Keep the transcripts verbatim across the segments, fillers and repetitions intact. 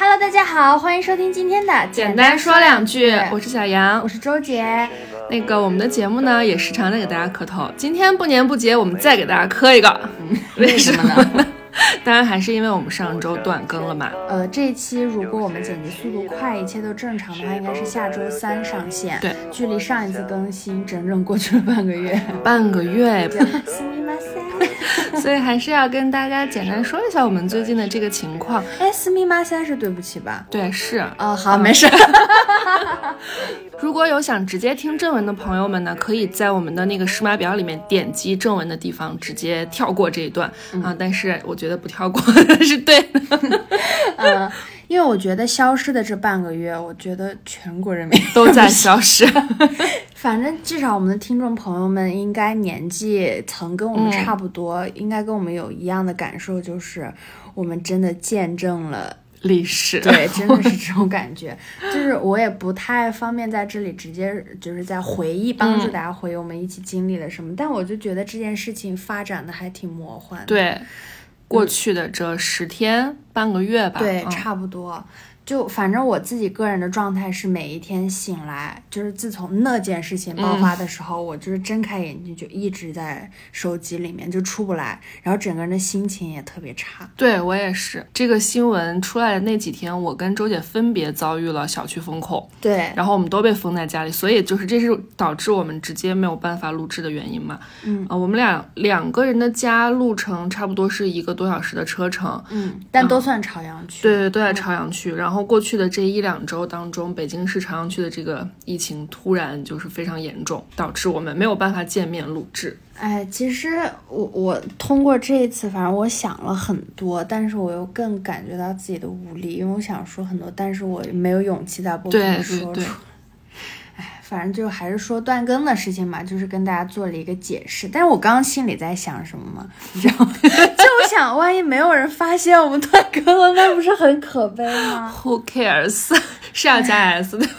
Hello， 大家好，欢迎收听今天的简单说两句。我是小杨， 我是周姐。 那个我们的节目呢，也时常的给大家磕头。今天不年不节，我们再给大家磕一个。 嗯，为什么呢？ 当然还是因为我们上周断更了嘛。 呃，这一期如果我们剪辑速度快，一切都正常的话，应该是下周三上线。 对， 距离上一次更新整整过去了半个月。 半个月。 すみません。 所以还是要跟大家简单说一下我们最近的这个情况。 哎，すみません是对不起吧？ 对，是。 哦，好，没事。 如果有想直接听正文的朋友们呢，可以在我们的那个时码表里面点击正文的地方，直接跳过这一段、嗯、啊。但是我觉得不跳过是对的。 嗯，因为我觉得消失的这半个月，我觉得全国人民都在消失。 反正至少我们的听众朋友们应该年纪层跟我们差不多、嗯、应该跟我们有一样的感受，就是我们真的见证了历史。 对，真的是这种感觉。就是我也不太方便在这里直接就是在回忆帮助大家回忆我们一起经历了什么、嗯、但我就觉得这件事情发展的还挺魔幻的。 对，过去的这十天、嗯、半个月吧。 对、 嗯、 差不多。就反正我自己个人的状态是每一天醒来，就是自从那件事情爆发的时候、嗯、我就是睁开眼睛就一直在手机里面就出不来，然后整个人的心情也特别差。 对，我也是。这个新闻出来的那几天，我跟周姐分别遭遇了小区封控。 对， 然后我们都被封在家里，所以就是这是导致我们直接没有办法录制的原因嘛。 嗯、 呃、我们俩两个人的家路程差不多是一个多小时的车程。 嗯，但都算朝阳区。 对对，都在朝阳区、嗯、然后过去的这一两周当中，北京市朝阳区的这个疫情突然就是非常严重，导致我们没有办法见面录制。 哎，其实我我通过这一次，反正我想了很多，但是我又更感觉到自己的无力，因为我想说很多，但是我没有勇气在播客里说出。 对对对。 哎，反正就还是说断更的事情嘛，就是跟大家做了一个解释。但是我刚刚心里在想什么吗？你知道吗？就想万一没有人发现我们断更了，那不是很可悲吗？ Who cares？ 是要加 S 的。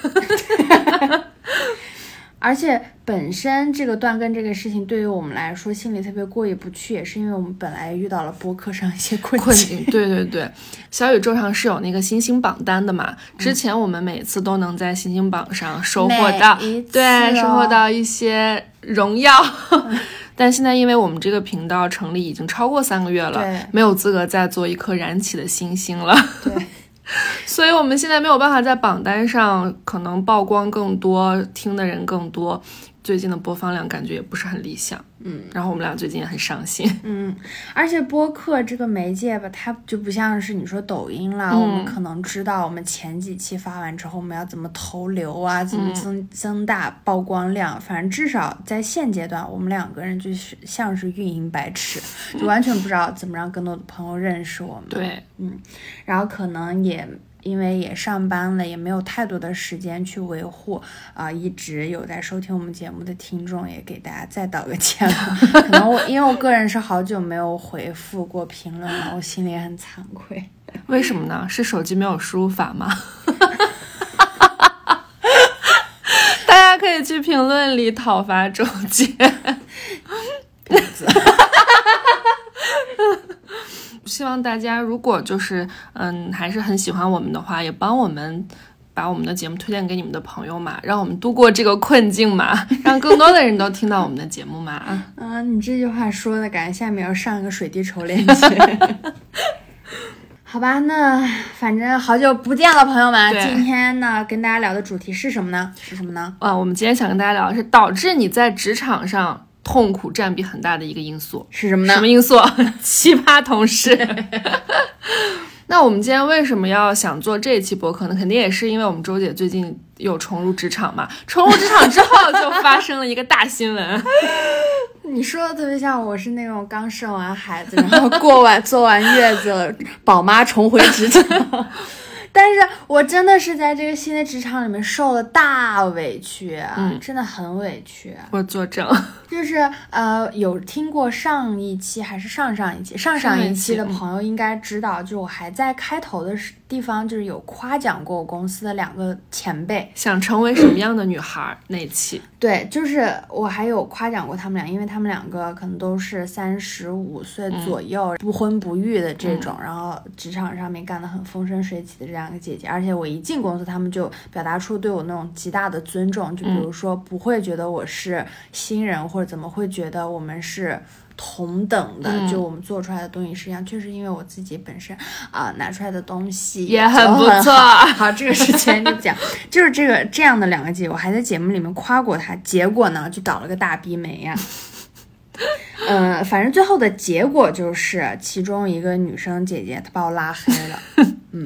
而且本身这个断更这个事情对于我们来说心里特别过意不去，也是因为我们本来遇到了播客上一些困境。 对对对，小宇宙上是有那个星星榜单的嘛，之前我们每次都能在星星榜上收获到、 哦、 对收获到一些荣耀、嗯、但现在因为我们这个频道成立已经超过三个月了，没有资格再做一颗燃起的星星了。 对。 所以我们现在没有办法在榜单上可能曝光更多，听的人更多，最近的播放量感觉也不是很理想。嗯，然后我们俩最近也很伤心。 嗯，而且播客这个媒介吧，它就不像是你说抖音啦、嗯、我们可能知道我们前几期发完之后我们要怎么投流啊，怎么增、嗯、增大曝光量，反正至少在现阶段我们两个人就是像是运营白痴，就完全不知道怎么让更多的朋友认识我们。 对， 嗯，然后可能也因为也上班了，也没有太多的时间去维护啊、呃，一直有在收听我们节目的听众也给大家再道个歉了。可能我因为我个人是好久没有回复过评论了，我心里也很惭愧。 为什么呢？是手机没有输入法吗？大家可以去评论里讨伐周姐。希望大家如果就是嗯还是很喜欢我们的话，也帮我们把我们的节目推荐给你们的朋友嘛，让我们度过这个困境嘛，让更多的人都听到我们的节目嘛。啊、 嗯，你这句话说的感觉下面要上一个水滴筹链接。好吧，那反正好久不见了，朋友们。今天呢，跟大家聊的主题是什么呢？是什么呢？ 啊，我们今天想跟大家聊的是导致你在职场上痛苦占比很大的一个因素是什么呢？ 什么因素？奇葩同事。那我们今天为什么要想做这一期播客呢？肯定也是因为我们周姐最近有重入职场嘛，重入职场之后就发生了一个大新闻。 你说的特别像我是那种刚生完孩子，然后过完做完月子，宝妈重回职场。但是我真的是在这个新的职场里面受了大委屈、啊嗯、真的很委屈。 我作证。 就是呃，有听过上一期还是上上一期上上一期的朋友应该知道，就是我还在开头的地方就是有夸奖过我公司的两个前辈， 想成为什么样的女孩那一期。 对，就是我还有夸奖过他们俩，因为他们两个可能都是三十五岁左右、嗯、不婚不育的这种、嗯、然后职场上面干得很风生水起的这样两个姐姐，而且我一进公司他们就表达出对我那种极大的尊重，就比如说不会觉得我是新人、嗯、或者怎么会觉得我们是同等的、嗯、就我们做出来的东西是一样，确实因为我自己本身啊、呃、拿出来的东西也很不错。 好，这个事情就讲就是这个这样的两个姐，我还在节目里面夸过她，结果呢就倒了个大逼霉呀。呃，反正最后的结果就是其中一个女生姐姐她把我拉黑了。嗯，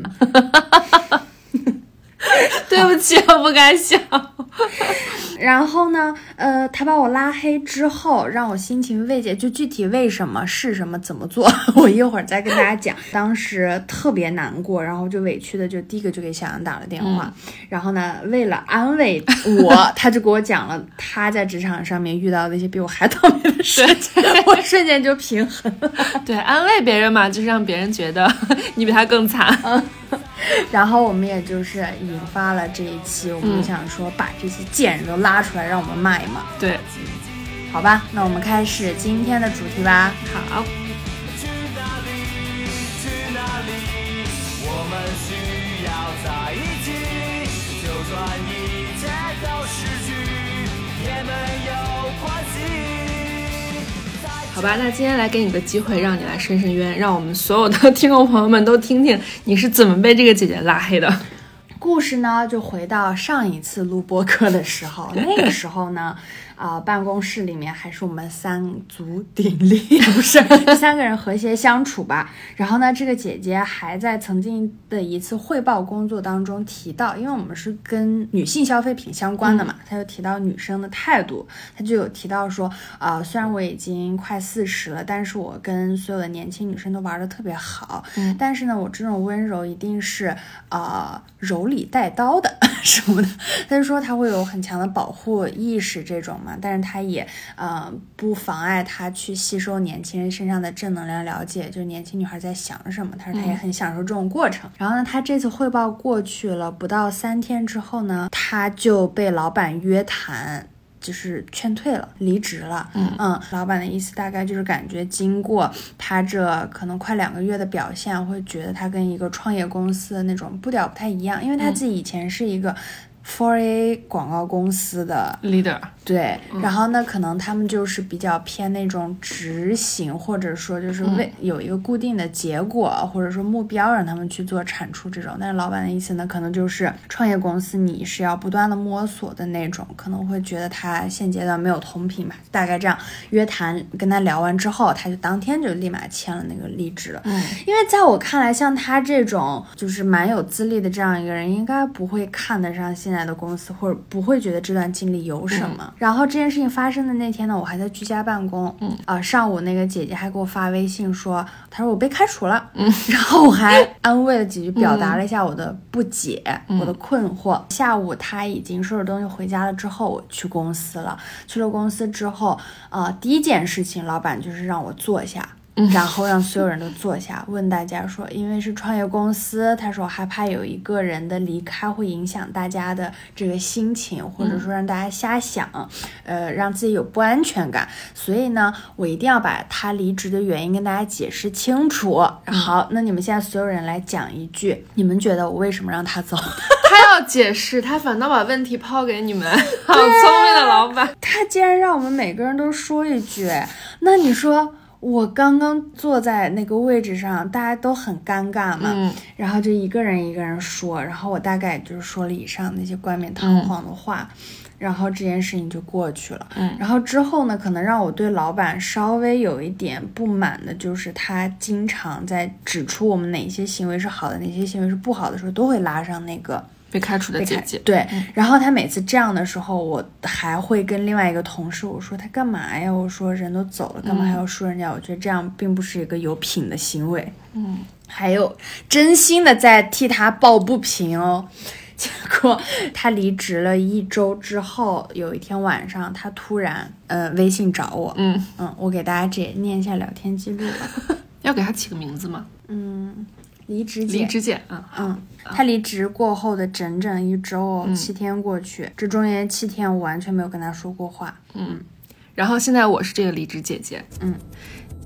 对不起，我不敢想。 然后呢，呃，他把我拉黑之后，让我心情慰藉。就具体为什么、是什么、怎么做，我一会儿再跟大家讲。当时特别难过，然后就委屈的就第一个就给小杨打了电话。嗯、然后呢，为了安慰我，他就给我讲了他在职场上面遇到的一些比我还倒霉的事情，我瞬间就平衡了。 对，安慰别人嘛，就是让别人觉得你比他更惨。 嗯然后我们也就是引发了这一期，我们就想说把这些贱人都拉出来让我们骂一骂。 对， 好吧，那我们开始今天的主题吧。 好。 去哪里？去哪里？我们需要在一起，就算一切都失去，也没有关系。 好吧，那今天来给你个机会，让你来申申冤，让我们所有的听众朋友们都听听你是怎么被这个姐姐拉黑的。 故事呢，就回到上一次录播课的时候，那个时候呢，啊、呃，办公室里面还是我们三足鼎立，不是三个人和谐相处吧。然后呢，这个姐姐还在曾经的一次汇报工作当中提到，因为我们是跟女性消费品相关的嘛，她、嗯、就提到女生的态度，她就有提到说，啊、呃，虽然我已经快四十了，但是我跟所有的年轻女生都玩得特别好，嗯，但是呢，我这种温柔一定是呃柔里带刀的什么的，她就说她会有很强的保护意识这种嘛，但是她也呃不妨碍她去吸收年轻人身上的正能量，了解就是年轻女孩在想什么，她说她也很享受这种过程、嗯、然后呢，她这次汇报过去了不到三天之后呢，她就被老板约谈，就是劝退了，离职了。嗯嗯，老板的意思大概就是感觉经过他这可能快两个月的表现，会觉得他跟一个创业公司的那种步调不太一样，因为他自己以前是一个 四 A 广告公司的 leader。 对、嗯，然后呢，可能他们就是比较偏那种执行，或者说就是为有一个固定的结果、嗯、或者说目标让他们去做产出这种。但是老板的意思呢，可能就是创业公司你是要不断的摸索的那种，可能会觉得他现阶段没有同频吧，大概这样。约谈跟他聊完之后，他就当天就立马签了那个离职了。嗯，因为在我看来，像他这种就是蛮有资历的这样一个人，应该不会看得上现在的公司，或者不会觉得这段经历有什么。嗯，然后这件事情发生的那天呢，我还在居家办公。嗯啊、呃，上午那个姐姐还给我发微信说，她说我被开除了。嗯，然后我还安慰了几句，表达了一下我的不解、嗯、我的困惑。下午她已经收拾东西回家了之后，我去公司了。去了公司之后，呃，第一件事情，老板就是让我坐下。然后让所有人都坐下，问大家说，因为是创业公司，他说害怕有一个人的离开会影响大家的这个心情，或者说让大家瞎想，呃，让自己有不安全感，所以呢，我一定要把他离职的原因跟大家解释清楚。好，那你们现在所有人来讲一句，你们觉得我为什么让他走？ 他要解释，他反倒把问题抛给你们，好聪明的老板。 他竟然让我们每个人都说一句，那你说我刚刚坐在那个位置上，大家都很尴尬嘛、嗯、然后就一个人一个人说，然后我大概就是说了以上那些冠冕堂皇的话、嗯、然后这件事情就过去了。嗯，然后之后呢，可能让我对老板稍微有一点不满的就是他经常在指出我们哪些行为是好的，哪些行为是不好的时候，都会拉上那个被开除的姐姐。 对、嗯，然后他每次这样的时候，我还会跟另外一个同事我说他干嘛呀？我说人都走了，干嘛还要说人家？嗯、我觉得这样并不是一个有品的行为。嗯，还有真心的在替他抱不平哦。结果他离职了一周之后，有一天晚上，他突然呃微信找我。嗯嗯，我给大家这念一下聊天记录吧。 要给他起个名字吗？ 嗯。离职姐， 离职姐，嗯嗯，他离职过后的整整一周哦、嗯，七天过去，这中间七天我完全没有跟他说过话， 嗯，然后现在我是这个离职姐姐， 嗯，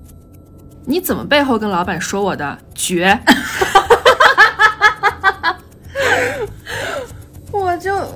你怎么背后跟老板说我的绝？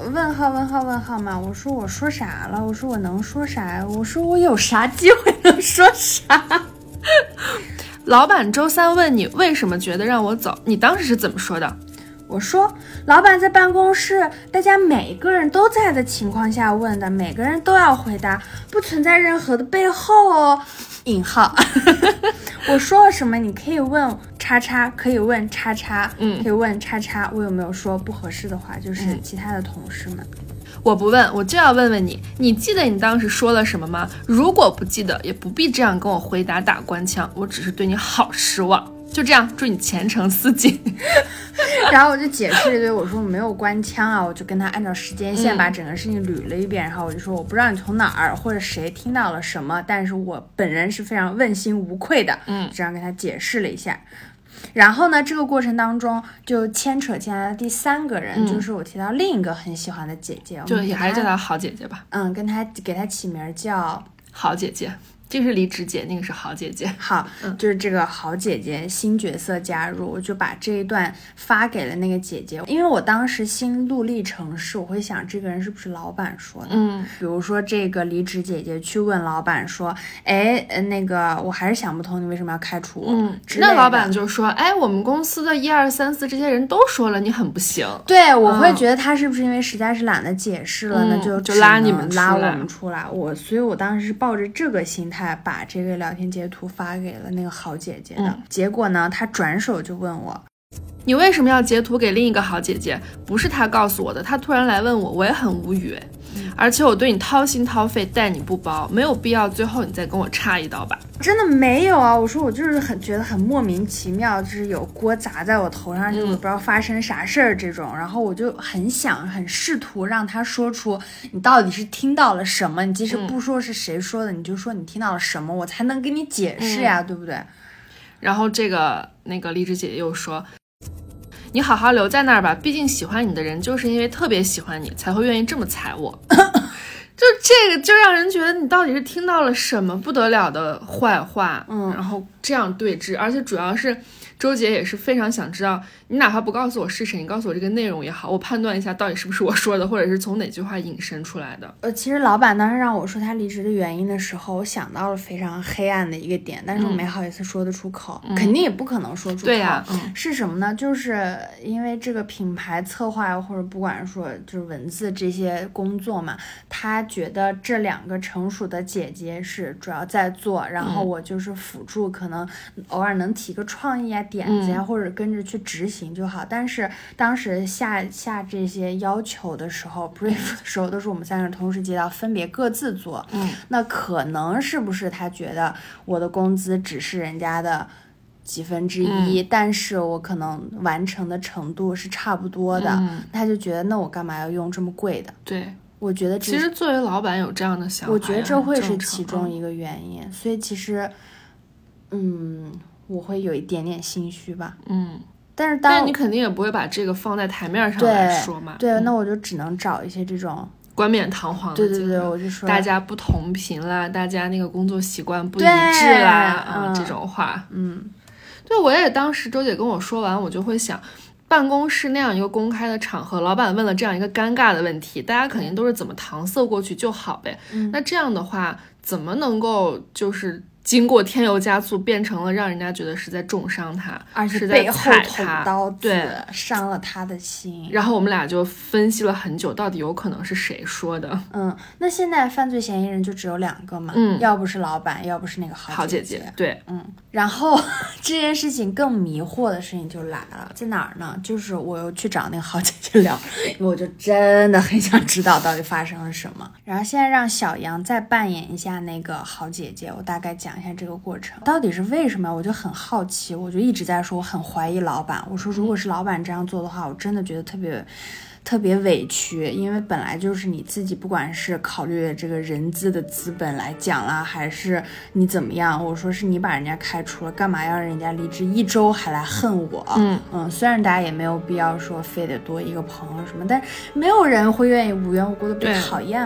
问号问号问号嘛，我说我说啥了？我说我能说啥？我说我有啥机会能说啥？ 老板周三问你为什么觉得让我走，你当时是怎么说的？ 我说老板在办公室，大家每个人都在的情况下问的，每个人都要回答，不存在任何的背后哦。引号我说了什么你可以问叉叉，可以问叉叉，嗯，可以问叉叉，我有没有说不合适的话，就是其他的同事们、嗯、 我不问，我就要问问你，你记得你当时说了什么吗？如果不记得也不必这样跟我回答打官腔，我只是对你好失望，就这样，祝你前程似锦。 然后我就解释一堆，我说我没有官腔啊，我就跟他按照时间线把整个事情捋了一遍、嗯、然后我就说我不知道你从哪儿或者谁听到了什么，但是我本人是非常问心无愧的，嗯，这样跟他解释了一下。然后呢，这个过程当中就牵扯进来了第三个人、嗯、就是我提到另一个很喜欢的姐姐， 就也还是叫她好姐姐吧， 嗯，跟她给她起名叫好姐姐。这个是离职姐，那个是好姐姐。 好、嗯，就是这个好姐姐新角色加入，我就把这一段发给了那个姐姐，因为我当时心路历程是，我会想这个人是不是老板说的？嗯，比如说这个离职姐姐去问老板说，哎，那个我还是想不通你为什么要开除我？嗯， 那老板就说，哎，我们公司的一二三四这些人都说了你很不行。 对，我会觉得他是不是因为实在是懒得解释了，嗯、那就就拉你们出来拉我们出来。我所以，我当时是抱着这个心态。把这个聊天截图发给了那个好姐姐的、嗯、结果呢，她转手就问我， 你为什么要截图给另一个好姐姐？不是她告诉我的，她突然来问我，我也很无语、嗯、而且我对你掏心掏肺，待你不薄，没有必要最后你再跟我插一刀吧。 真的没有啊，我说我就是很觉得很莫名其妙，就是有锅砸在我头上，就是我不知道发生啥事儿这种、嗯、然后我就很想很试图让他说出你到底是听到了什么，你即使不说是谁说的、嗯、你就说你听到了什么，我才能跟你解释呀、嗯、对不对？ 然后这个那个荔枝姐姐又说，你好好留在那儿吧，毕竟喜欢你的人就是因为特别喜欢你才会愿意这么踩我。就这个就让人觉得你到底是听到了什么不得了的坏话，嗯，然后这样对峙，而且主要是周姐也是非常想知道，你哪怕不告诉我是谁，你告诉我这个内容也好，我判断一下到底是不是我说的，或者是从哪句话引申出来的。 呃，其实老板当时让我说他离职的原因的时候，我想到了非常黑暗的一个点，但是我没好意思说得出口、嗯、肯定也不可能说出口。 对呀、啊嗯、 是什么呢？就是因为这个品牌策划或者不管说就是文字这些工作嘛，他觉得这两个成熟的姐姐是主要在做，然后我就是辅助，可能偶尔能提个创意啊点子呀、嗯、或者跟着去执行就好。但是当时下下这些要求的时候 brief 的时候都是我们三个人同时接到，分别各自做。嗯，那可能是不是他觉得我的工资只是人家的几分之一、嗯、但是我可能完成的程度是差不多的、嗯、他就觉得那我干嘛要用这么贵的。 对， 我觉得其实作为老板有这样的想法， 我觉得这会是其中一个原因，所以其实嗯我会有一点点心虚吧。嗯，但是当但你肯定也不会把这个放在台面上来说嘛。 对、嗯、那我就只能找一些这种冠冕堂皇的， 对对对，我就说大家不同频啦，大家那个工作习惯不一致啦，啊、嗯，这种话。嗯，对，我也当时周姐跟我说完，我就会想，办公室那样一个公开的场合，老板问了这样一个尴尬的问题，大家肯定都是怎么搪塞过去就好呗。嗯，那这样的话，怎么能够就是经过添油加醋，变成了让人家觉得是在重伤他， 而是在踩他， 刀子对， 伤了他的心。 然后我们俩就分析了很久，到底有可能是谁说的。 嗯，那现在犯罪嫌疑人就只有两个嘛，嗯，要不是老板，要不是那个好姐姐。对， 嗯。然后这件事情更迷惑的事情就来了，在哪儿呢？就是我又去找那个好姐姐聊，因为我就真的很想知道到底发生了什么。然后现在让小杨再扮演一下那个好姐姐，我大概讲一下这个过程到底是为什么，我就很好奇，我就一直在说我很怀疑老板，我说如果是老板这样做的话，我真的觉得特别特别委屈，因为本来就是你自己，不管是考虑这个人资的资本来讲啦，还是你怎么样，我说是你把人家开除了，干嘛要让人家离职一周还来恨我？嗯嗯，虽然大家也没有必要说非得多一个朋友什么，但没有人会愿意无缘无故的被讨厌嘛。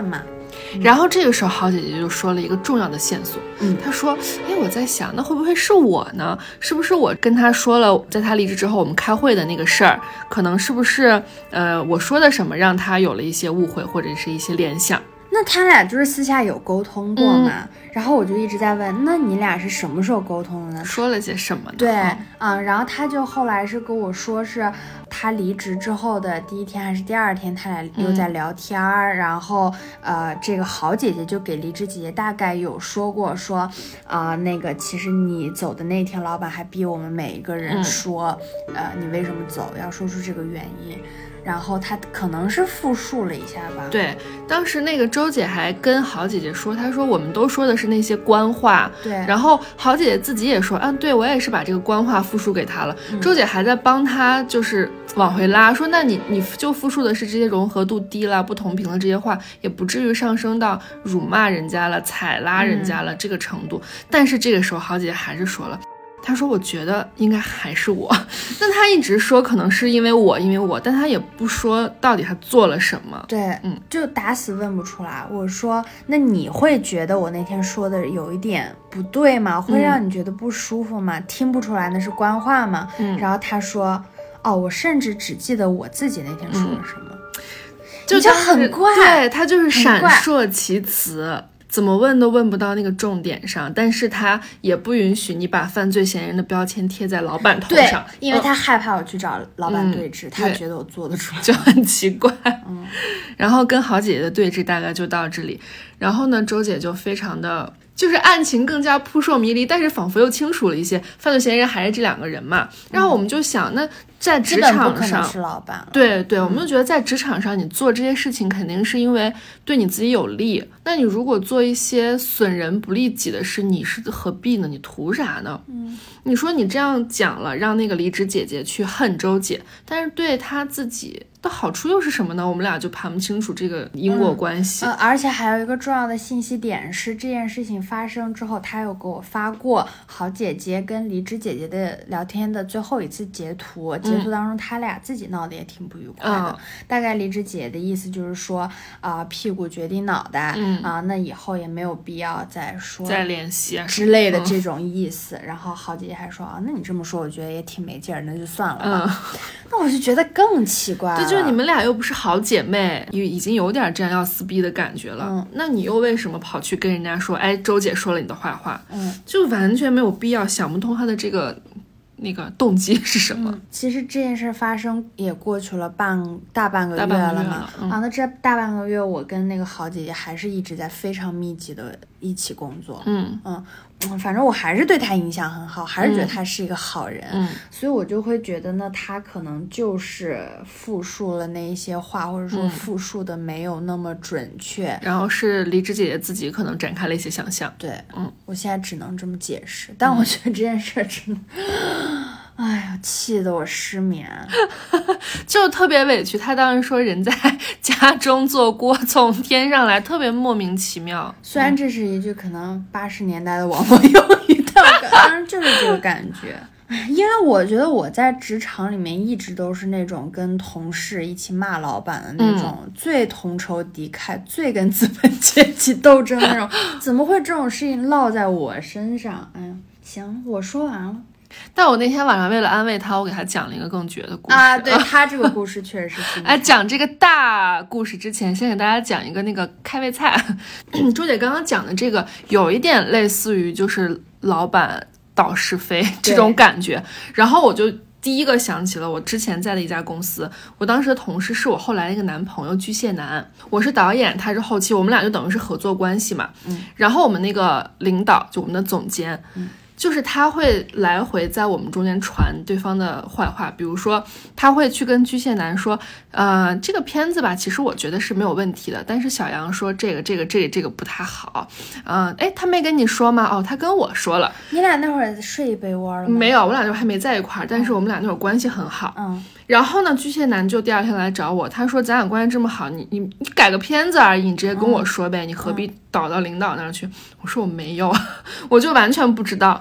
然后这个时候郝姐姐就说了一个重要的线索， 嗯， 她说，哎，我在想，那会不会是我呢？是不是我跟她说了，在她离职之后我们开会的那个事儿，可能是不是呃我说的什么让她有了一些误会或者是一些联想？ 那他俩就是私下有沟通过嘛、嗯、然后我就一直在问，那你俩是什么时候沟通的呢？ 说了些什么呢？ 对，嗯，然后他就后来是跟我说，是他离职之后的第一天还是第二天，他俩又在聊天、嗯、然后呃，这个郝姐姐就给离职姐姐大概有说过，说啊、呃，那个其实你走的那天，老板还逼我们每一个人说，嗯、呃，你为什么走，要说出这个原因。然后他可能是复述了一下吧。 对，当时那个周姐还跟郝姐姐说，她说我们都说的是那些官话。 对。 然后郝姐姐自己也说，啊，对，我也是把这个官话复述给她了。嗯、周姐还在帮她就是往回拉，说那你你就复述的是这些融合度低了、不同频了这些话，也不至于上升到辱骂人家了、踩拉人家了、嗯、这个程度。但是这个时候郝姐姐还是说了。他说我觉得应该还是我，那他一直说可能是因为我因为我，但他也不说到底他做了什么。 对，嗯，就打死问不出来。我说那你会觉得我那天说的有一点不对吗？会让你觉得不舒服吗？嗯、听不出来那是官话吗？嗯，然后他说哦，我甚至只记得我自己那天说了什么、嗯、就就很怪。 对，他就是闪烁其词，怎么问都问不到那个重点上，但是他也不允许你把犯罪嫌疑人的标签贴在老板头上， 对，因为他害怕我去找老板对峙、嗯、他觉得我做得出来， 就很奇怪。嗯，然后跟郝姐姐的对峙大概就到这里，然后呢，周姐就非常的就是案情更加扑朔迷离，但是仿佛又清楚了一些，犯罪嫌疑人还是这两个人嘛。然后我们就想，那在职场上， 不可能是老板了。 对对，我们就觉得在职场上，你做这些事情肯定是因为对你自己有利。那你如果做一些损人不利己的事，你是何必呢？你图啥呢？嗯，你说你这样讲了，让那个离职姐姐去恨周姐，但是对她自己的好处又是什么呢？我们俩就盘不清楚这个因果关系。 嗯呃、而且还有一个重要的信息点是，这件事情发生之后，他有给我发过郝姐姐跟离职姐姐的聊天的最后一次截图。截图当中，他俩自己闹得也挺不愉快的。嗯、大概离职姐的意思就是说，啊、呃，屁股决定脑袋，嗯啊、呃，那以后也没有必要再说再联系啊之类的这种意思。嗯、然后郝姐姐还说啊，那你这么说，我觉得也挺没劲儿，那就算了吧。嗯、那我就觉得更奇怪了。 对，就是你们俩又不是好姐妹，已已经有点这样要撕逼的感觉了。嗯，那你又为什么跑去跟人家说，哎，周姐说了你的坏话？嗯，就完全没有必要，想不通她的这个。那个动机是什么、嗯、 其实这件事发生也过去了半大半个月了嘛， 了、嗯、 啊，那这大半个月我跟那个郝姐姐还是一直在非常密集的一起工作，嗯嗯，反正我还是对她印象很好，还是觉得她是一个好人，嗯，所以我就会觉得呢，她可能就是复述了那一些话，或者说复述的没有那么准确， 嗯、然后是离职姐姐自己可能展开了一些想象， 对，嗯，我现在只能这么解释，但我觉得这件事真的。哎呀，气得我失眠， 就特别委屈。他当时说人在家中坐锅从天上来，特别莫名其妙。 虽然这是一句可能八十年代的网络用语，但我当时就是这个感觉。因为我觉得我在职场里面一直都是那种跟同事一起骂老板的那种、嗯、最同仇敌忾、最跟资本阶级斗争的那种，怎么会这种事情落在我身上？哎呀，行，我说完了。 但我那天晚上为了安慰他，我给他讲了一个更绝的故事啊！对，他这个故事确实是。 哎，讲这个大故事之前，先给大家讲一个那个开胃菜。周姐刚刚讲的这个有一点类似于就是老板倒是非这种感觉，然后我就第一个想起了我之前在的一家公司，我当时的同事是我后来那个男朋友巨蟹男，我是导演，他是后期，我们俩就等于是合作关系嘛。嗯，然后我们那个领导就我们的总监，嗯。就是他会来回在我们中间传对方的坏话，比如说他会去跟巨蟹男说，呃，这个片子吧，其实我觉得是没有问题的，但是小杨说这个这个这个这个不太好，嗯、呃，哎，他没跟你说吗？哦，他跟我说了。 你俩那会儿睡一被窝了吗？ 没有，我俩就还没在一块儿，但是我们俩那会儿关系很好。嗯。然后呢，巨蟹男就第二天来找我，他说咱俩关系这么好，你你你改个片子而已，你直接跟我说呗，嗯、你何必导到领导那儿去？嗯、我说我没有，我就完全不知道。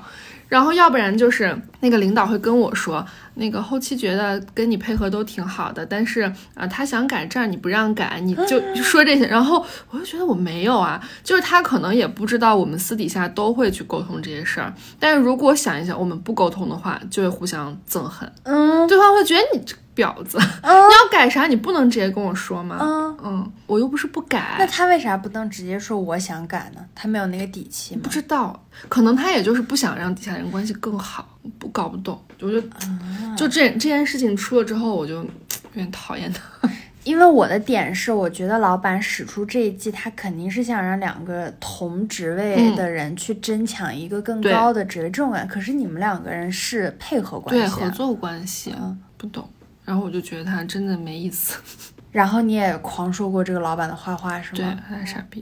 然后要不然就是那个领导会跟我说，那个后期觉得跟你配合都挺好的，但是啊、呃，他想改这儿你不让改，你就说这些。然后我就觉得我没有啊，就是他可能也不知道我们私底下都会去沟通这些事儿，但是如果想一想我们不沟通的话，就会互相憎恨。嗯，对方会觉得你这婊子，嗯、你要改啥你不能直接跟我说吗？嗯嗯，我又不是不改。 那他为啥不能直接说我想改呢？他没有那个底气吗？ 不知道，可能他也就是不想让底下人关系更好，不搞不懂。我就、嗯、就这这件事情出了之后，我就有点讨厌他。 因为我的点是，我觉得老板使出这一计，他肯定是想让两个同职位的人去争抢一个更高的职位，嗯、这种感觉。可是你们两个人是配合关系、啊， 对，合作关系，嗯，不懂。然后我就觉得他真的没意思。 然后你也狂说过这个老板的坏话是吗？ 对，他是傻逼。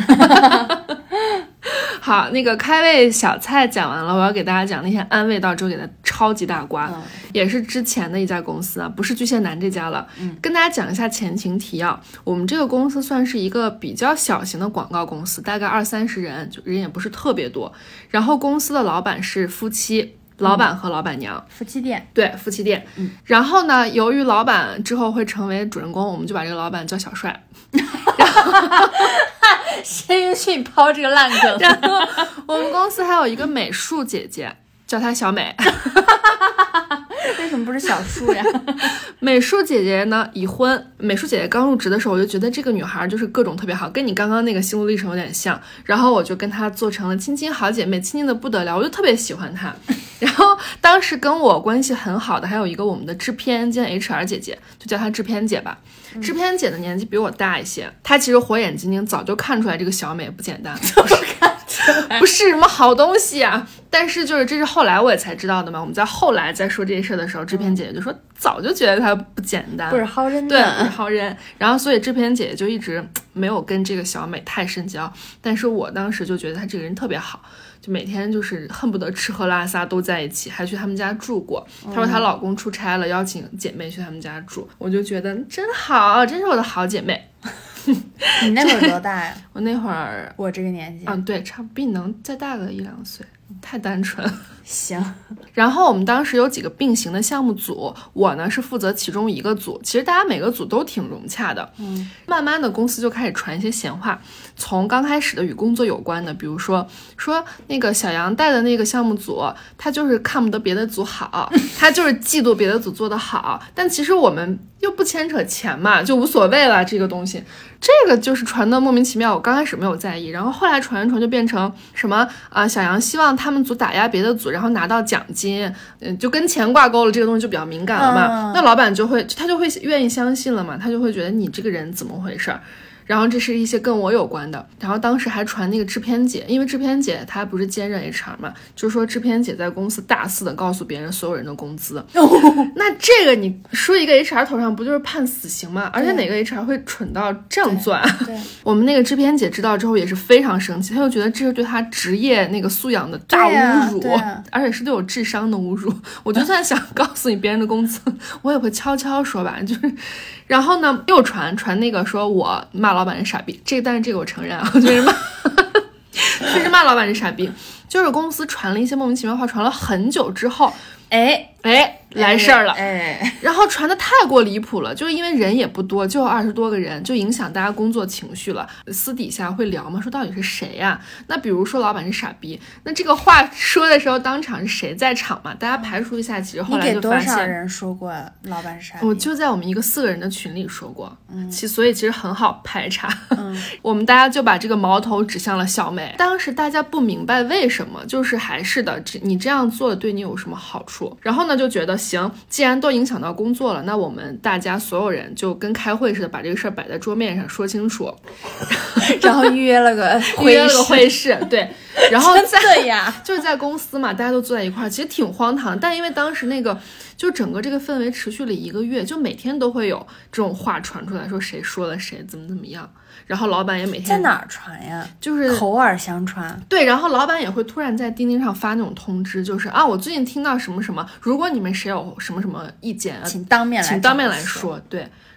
好，那个开胃小菜讲完了，我要给大家讲那天安慰到之后给他超级大瓜、嗯、也是之前的一家公司啊，不是巨蟹男这家了、嗯、跟大家讲一下前情提要。我们这个公司算是一个比较小型的广告公司，大概二三十人，就人也不是特别多。然后公司的老板是夫妻，老板和老板娘、嗯、 夫妻店， 对，夫妻店、嗯、然后呢，由于老板之后会成为主人公，我们就把这个老板叫小帅。然后谁允许你抛这个烂梗？ 然后我们公司还有一个美术姐姐，叫她小美。 为什么不是小树呀？ 美术姐姐呢已婚，美术姐姐刚入职的时候，我就觉得这个女孩就是各种特别好，跟你刚刚那个心路历程有点像。然后我就跟她做成了亲亲好姐妹，亲近的不得了，我就特别喜欢她。然后当时跟我关系很好的还有一个我们的制片兼 H R 姐姐，就叫她制片姐吧。制片姐的年纪比我大一些，她其实火眼金睛，早就看出来这个小美不简单， 早就看出来不是什么好东西啊。但是就是这是后来我也才知道的嘛。我们在后来在说这些事的时候，制片姐姐就说早就觉得她不简单， 不是好人， 对，不是好人。然后所以制片姐姐就一直没有跟这个小美太深交。但是我当时就觉得她这个人特别好。就每天就是恨不得吃喝拉撒都在一起，还去他们家住过。她说她老公出差了，邀请姐妹去他们家住，我就觉得真好，真是我的好姐妹。 你那会儿多大呀？ 我那会儿我这个年纪， 嗯，对，差不多比你能再大个一两岁，太单纯了。 行。 然后我们当时有几个并行的项目组，我呢是负责其中一个组，其实大家每个组都挺融洽的。嗯，慢慢的公司就开始传一些闲话，从刚开始的与工作有关的，比如说说那个小杨带的那个项目组，他就是看不得别的组好，他就是嫉妒别的组做得好，但其实我们又不牵扯钱嘛，就无所谓了这个东西。这个就是传的莫名其妙，我刚开始没有在意，然后后来传一传就变成什么啊、呃，小杨希望他们组打压别的组，然后拿到奖金，嗯，就跟钱挂钩了，这个东西就比较敏感了嘛。嗯、那老板就会他就会愿意相信了嘛，他就会觉得你这个人怎么回事。然后这是一些跟我有关的，然后当时还传那个制片姐，因为制片姐她不是兼任 H R 嘛，就是说制片姐在公司大肆的告诉别人所有人的工资、哦、那这个你说一个 H R 头上不就是判死刑吗？而且哪个 H R 会蠢到这样做啊？ 对， 我们那个制片姐知道之后也是非常生气，她就觉得这是对她职业那个素养的大侮辱、 啊啊、 而且是对我智商的侮辱。我就算想告诉你别人的工资我也会悄悄说吧，就是然后呢又传传那个说我骂老板是傻逼，这个但是这个我承认啊，我觉得骂确实骂老板是傻逼，就是公司传了一些莫名其妙话，传了很久之后， 哎哎来事儿了， 哎，哎然后传的太过离谱了，就是因为人也不多，就二十多个人，就影响大家工作情绪了。私底下会聊嘛，说到底是谁呀、啊？那比如说老板是傻逼，那这个话说的时候当场是谁在场嘛？大家排除一下，其实后来就发现， 你给多少人说过老板是傻逼？ 我就在我们一个四个人的群里说过，嗯，其所以其实很好排查。 嗯， 我们大家就把这个矛头指向了小美。当时大家不明白为什么，就是还是的，你这样做对你有什么好处？然后呢，就觉得行，既然都影响到工作了，那我们大家所有人就跟开会似的，把这个事儿摆在桌面上说清楚， 然后预约了个预约了个会议，对，然后在呀， 就是在公司嘛，大家都坐在一块儿，其实挺荒唐，但因为当时那个就整个这个氛围持续了一个月，就每天都会有这种话传出来，说谁说了谁怎么怎么样，然后老板也每天在哪儿传呀？ 就是口耳相传。 对，然后老板也会突然在钉钉上发那种通知，就是啊，我最近听到什么什么，如果你们谁有什么什么意见啊， 请当面来请当面来说。对，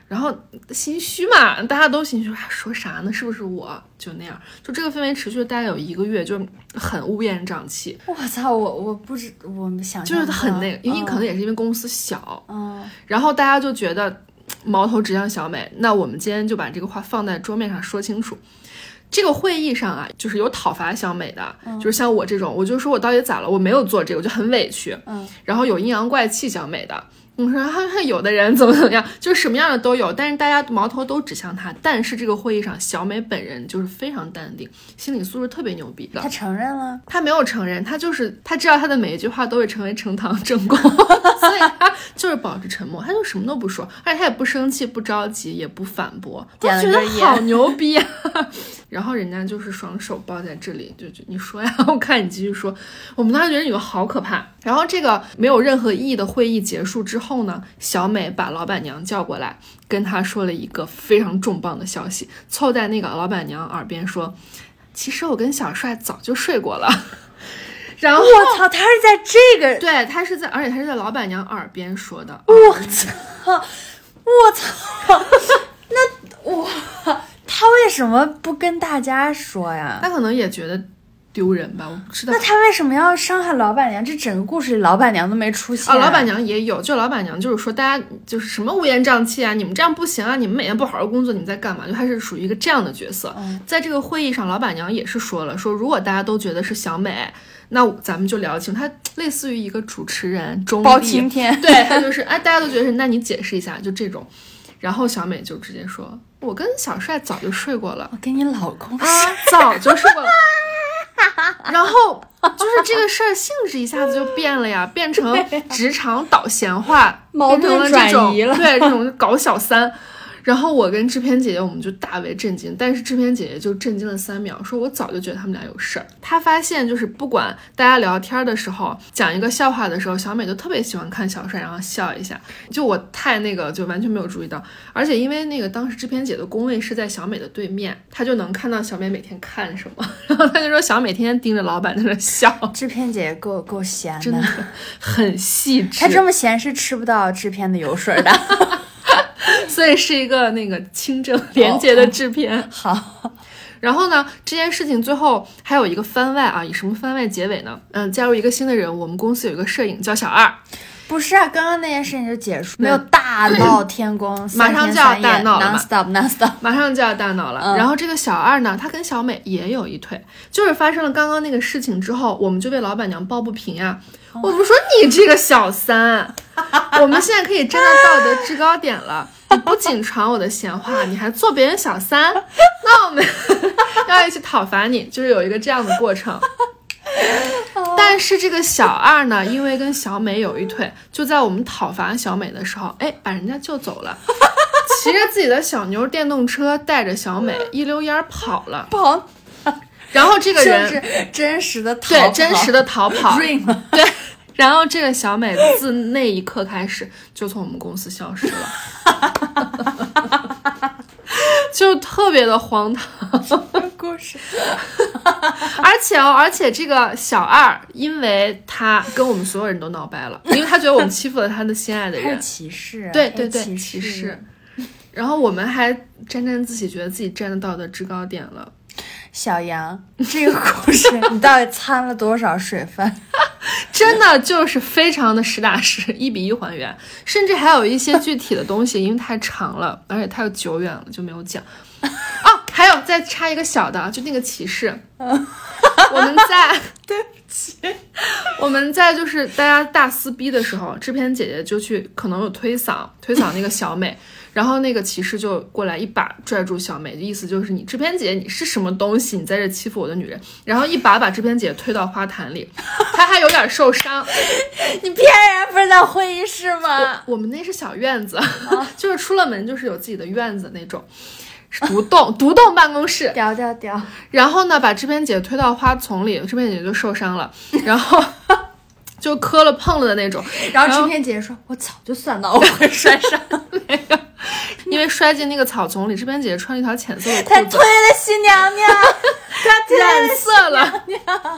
然后心虚嘛，大家都心虚，说啥呢？是不是我就那样？就这个氛围持续了大概有一个月，就很乌烟瘴气。 我操，我我不知我们想就是很那个，因为可能也是因为公司小， 嗯， 然后大家就觉得矛头指向小美。那我们今天就把这个话放在桌面上说清楚。这个会议上啊，就是有讨伐小美的，嗯、就是像我这种，我就说我到底咋了？我没有做这个，我就很委屈。 嗯， 然后有阴阳怪气小美的。你说他有的人怎么怎么样，就是什么样的都有，但是大家矛头都指向他。但是这个会议上，小美本人就是非常淡定，心理素质特别牛逼的。 他承认了？ 他没有承认，他就是他知道他的每一句话都会成为呈堂证供，所以他就是保持沉默，他就什么都不说，而且他也不生气、不着急、也不反驳，我觉得好牛逼啊！然后人家就是双手抱在这里，就就你说呀，我看你继续说。我们当时觉得女的好可怕。然后这个没有任何意义的会议结束之后呢，小美把老板娘叫过来，跟她说了一个非常重磅的消息，凑在那个老板娘耳边说，其实我跟小帅早就睡过了。然后我操，他是在这个， 对，他是在，而且他是在老板娘耳边说的。 我操，我操，那我他为什么不跟大家说呀？ 他可能也觉得丢人吧，我不知道。 那他为什么要伤害老板娘？这整个故事里老板娘都没出现啊、哦！老板娘也有，就老板娘就是说，大家就是什么乌烟瘴气啊，你们这样不行啊，你们每天不好好工作，你们在干嘛？就还是属于一个这样的角色。 嗯、 在这个会议上，老板娘也是说了，说如果大家都觉得是小美，那咱们就聊清。她类似于一个主持人，中立包青天， 对，她就是哎，大家都觉得是，那你解释一下，就这种。然后小美就直接说，我跟小帅早就睡过了。 我跟你老公啊，早就睡过了。然后就是这个事儿性质一下子就变了呀，变成职场倒闲话， 矛盾转移了， 对，这种搞小三。然后我跟制片姐姐我们就大为震惊，但是制片姐姐就震惊了三秒，说我早就觉得他们俩有事儿。她发现就是不管大家聊天的时候，讲一个笑话的时候，小美就特别喜欢看小帅，然后笑一下。就我太那个就完全没有注意到，而且因为那个当时制片姐的工位是在小美的对面，她就能看到小美每天看什么，然后她就说小美天天盯着老板在那笑。 制片姐姐够够闲的， 真的很细致。 她这么闲是吃不到制片的油水的。 所以是一个那个清正廉洁的制片。 哦、好， 然后呢，这件事情最后还有一个番外啊，以什么番外结尾呢？嗯，加入一个新的人物，我们公司有一个摄影叫小二。 不是啊，刚刚那件事情就结束，没有大闹天宫， 马上就要大闹了 ，non stop non stop， 马上就要大闹了。嗯、然后这个小二呢，他跟小美也有一腿，就是发生了刚刚那个事情之后，我们就为老板娘抱不平呀。哦、我们说你这个小三，我们现在可以站在道德制高点了。你不仅传我的闲话，你还做别人小三，那我们要一起讨伐你，就是有一个这样的过程。但是这个小二呢，因为跟小美有一腿，就在我们讨伐小美的时候，哎，把人家救走了，骑着自己的小牛电动车，带着小美一溜烟跑了。 跑， 然后这个人是真实的逃跑， 对，真实的逃跑，对。然后这个小美自那一刻开始就从我们公司消失了，就特别的荒唐故事。 而且哦，而且这个小二，因为他跟我们所有人都闹掰了，因为他觉得我们欺负了他的心爱的人， 歧视， 对对对， 歧视。歧视然后我们还沾沾自喜，觉得自己站得道德制高点了。 小杨，这个故事你到底掺了多少水分？ 真的就是非常的实打实，一比一还原，甚至还有一些具体的东西，因为太长了，而且太久远了，就没有讲。哦，还有再插一个小的，就那个歧视，我们在对不起， 我们在就是大家大撕逼的时候，制片姐姐就去可能有推搡推搡那个小美。然后那个骑士就过来一把拽住小美，意思就是你制片姐你是什么东西，你在这欺负我的女人，然后一把把制片姐推到花坛里，她还有点受伤。 你骗人，不是在会议室吗？ 我, 我们那是小院子、哦、就是出了门就是有自己的院子那种，是独栋独栋办公室， 屌屌屌。 然后呢把制片姐推到花丛里，制片姐就受伤了，然后就磕了碰了的那种。 然后制片姐说我早就算到我会摔伤没有，因为摔进那个草丛里，制片姐姐穿了一条浅色的裤子， 她推了新娘娘，她染色了。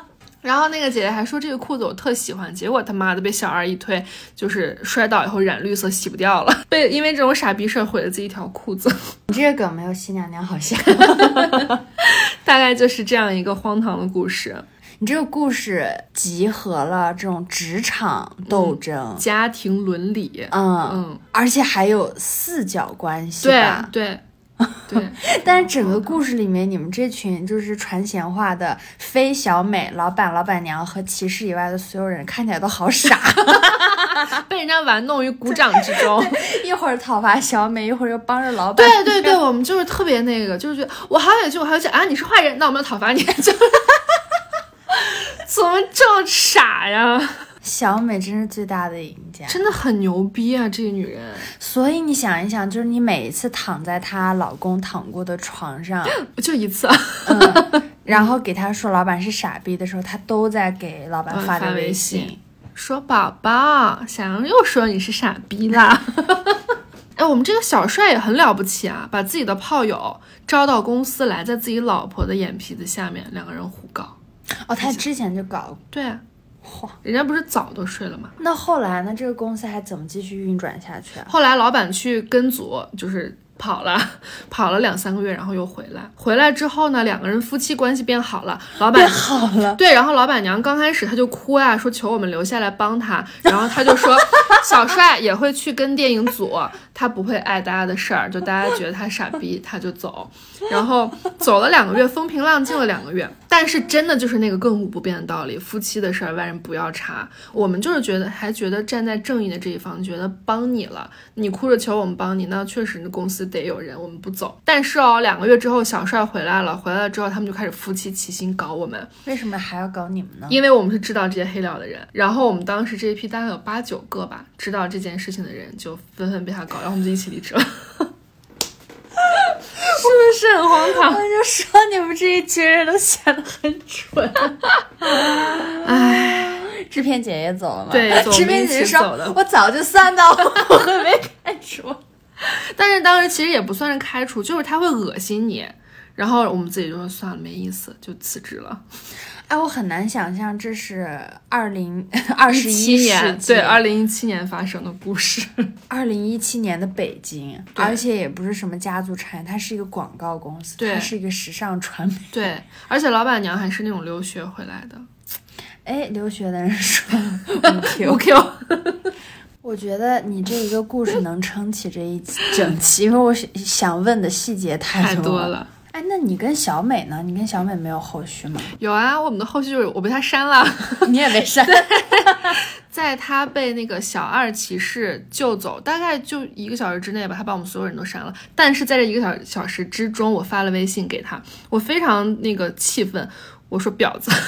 然后那个姐姐还说这个裤子我特喜欢，结果他妈的被小二一推，就是摔倒以后染绿色洗不掉了，被因为这种傻逼事儿毁了自己一条裤子。 你这个梗没有新娘娘好笑。 大概就是这样一个荒唐的故事。 你这个故事集合了这种职场斗争、 嗯、家庭伦理， 嗯嗯， 而且还有四角关系吧？ 对对对。 但是整个故事里面，你们这群就是传闲话的非小美、老板、老板娘和骑士以外的所有人，看起来都好傻， 被人家玩弄于股掌之中。 一会儿讨伐小美，一会儿又帮着老板。 对对对，我们就是特别那个，就是觉得我好有趣，我好有趣啊！你是坏人，那我们要讨伐你。就怎么这么傻呀？ 小美真是最大的赢家， 真的很牛逼啊！这个女人。 所以你想一想，就是你每一次躺在她老公躺过的床上， 就一次， 嗯，然后给她说老板是傻逼的时候，她都在给老板发的微信， 嗯、说宝宝，小杨又说你是傻逼啦。哎，我们这个小帅也很了不起啊，把自己的炮友招到公司来，在自己老婆的眼皮子下面两个人胡搞。 哦，他之前就搞。 对啊， 哇， 人家不是早都睡了吗？ 那后来呢？这个公司还怎么继续运转下去啊？ 后来老板去跟组，就是跑了，跑了两三个月，然后又回来。回来之后呢，两个人夫妻关系变好了，老板变好了。 对，然后老板娘刚开始他就哭啊，说求我们留下来帮他，然后他就说小帅也会去跟电影组，他不会碍大家的事儿，就大家觉得他傻逼，他就走。然后走了两个月，风平浪静了两个月，但是真的就是那个亘古不变的道理，夫妻的事儿外人不要插。我们就是觉得，还觉得站在正义的这一方，觉得帮你了，你哭着求我们帮你，那确实公司得有人，我们不走。但是哦，两个月之后小帅回来了，回来了之后他们就开始夫妻齐心搞我们。 为什么还要搞你们呢？ 因为我们是知道这些黑料的人，然后我们当时这一批大概有八九个吧，知道这件事情的人就纷纷被他搞，然后我们就一起离职了。是不是很荒唐？ 我就说你们这一群人都显得很蠢。 唉， 制片姐也走了吗？ 对， 制片姐说我早就算到我会被开除。 但是当时其实也不算是开除，就是他会恶心你，然后我们自己就说算了，没意思，就辞职了。 哎，我很难想象这是二零二十一年，对，二零一七年发生的故事。 二零一七年的北京，而且也不是什么家族产业，它是一个广告公司，它是一个时尚传媒。 对，而且老板娘还是那种留学回来的。 哎，留学的人说无 Q 无 Q。 我觉得你这一个故事能撑起这一整期，因为我想问的细节太多了。太多了。 哎，那你跟小美呢？你跟小美没有后续吗？ 有啊，我们的后续就是我被她删了， 你也被删。 在她被那个小二骑士救走，大概就一个小时之内吧，她把我们所有人都删了。但是在这一个小小时之中，我发了微信给她，我非常那个气愤，我说婊子，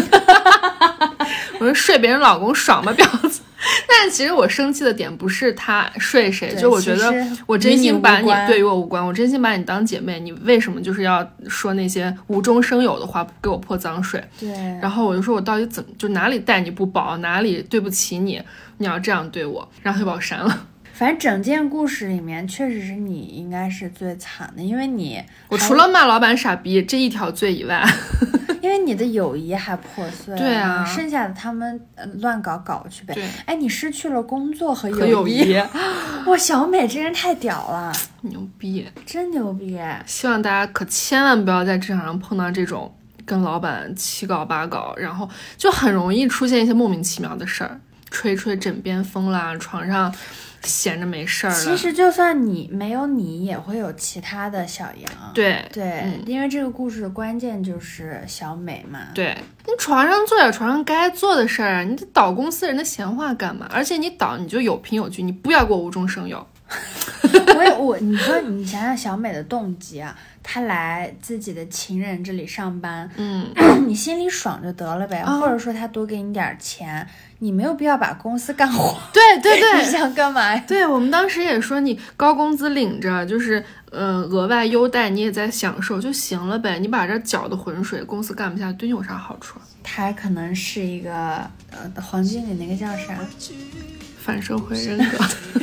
我说睡别人老公爽吧婊子。但其实我生气的点不是他睡谁，就我觉得我真心把你对于我无关，我真心把你当姐妹，你为什么就是要说那些无中生有的话，给我泼脏水？ 对。 然后我就说我到底怎么就哪里待你不薄，哪里对不起你，你要这样对我，然后就把我删了。 反正整件故事里面，确实是你应该是最惨的，因为你我除了骂老板傻逼这一条罪以外。 因为你的友谊还破碎， 对啊， 剩下的他们乱搞搞去呗。 对， 哎，你失去了工作和友谊。 友谊哇，小美这人太屌了， 牛逼， 真牛逼！ 希望大家可千万不要在职场上碰到这种跟老板七搞八搞，然后就很容易出现一些莫名其妙的事儿，吹吹枕边风啦，床上闲着没事儿了。 其实就算你没有你，也会有其他的小羊。 对对、 嗯， 因为这个故事的关键就是小美嘛。 对，你床上做点床上该做的事儿啊，你倒公司人的闲话干嘛？而且你倒你就有凭有据，你不要给我无中生有。 我也我你说你想想小美的动机啊，她来自己的情人这里上班， 嗯， 你心里爽就得了呗、 嗯， 或者说她多给你点钱，你没有必要把公司干活。 对对对， 你想干嘛呀？ 对，我们当时也说你高工资领着，就是呃额外优待你也在享受就行了呗，你把这搅的浑水，公司干不下，对你有啥好处？ 他还可能是一个呃黄经理那个叫啥？ 反社会人格。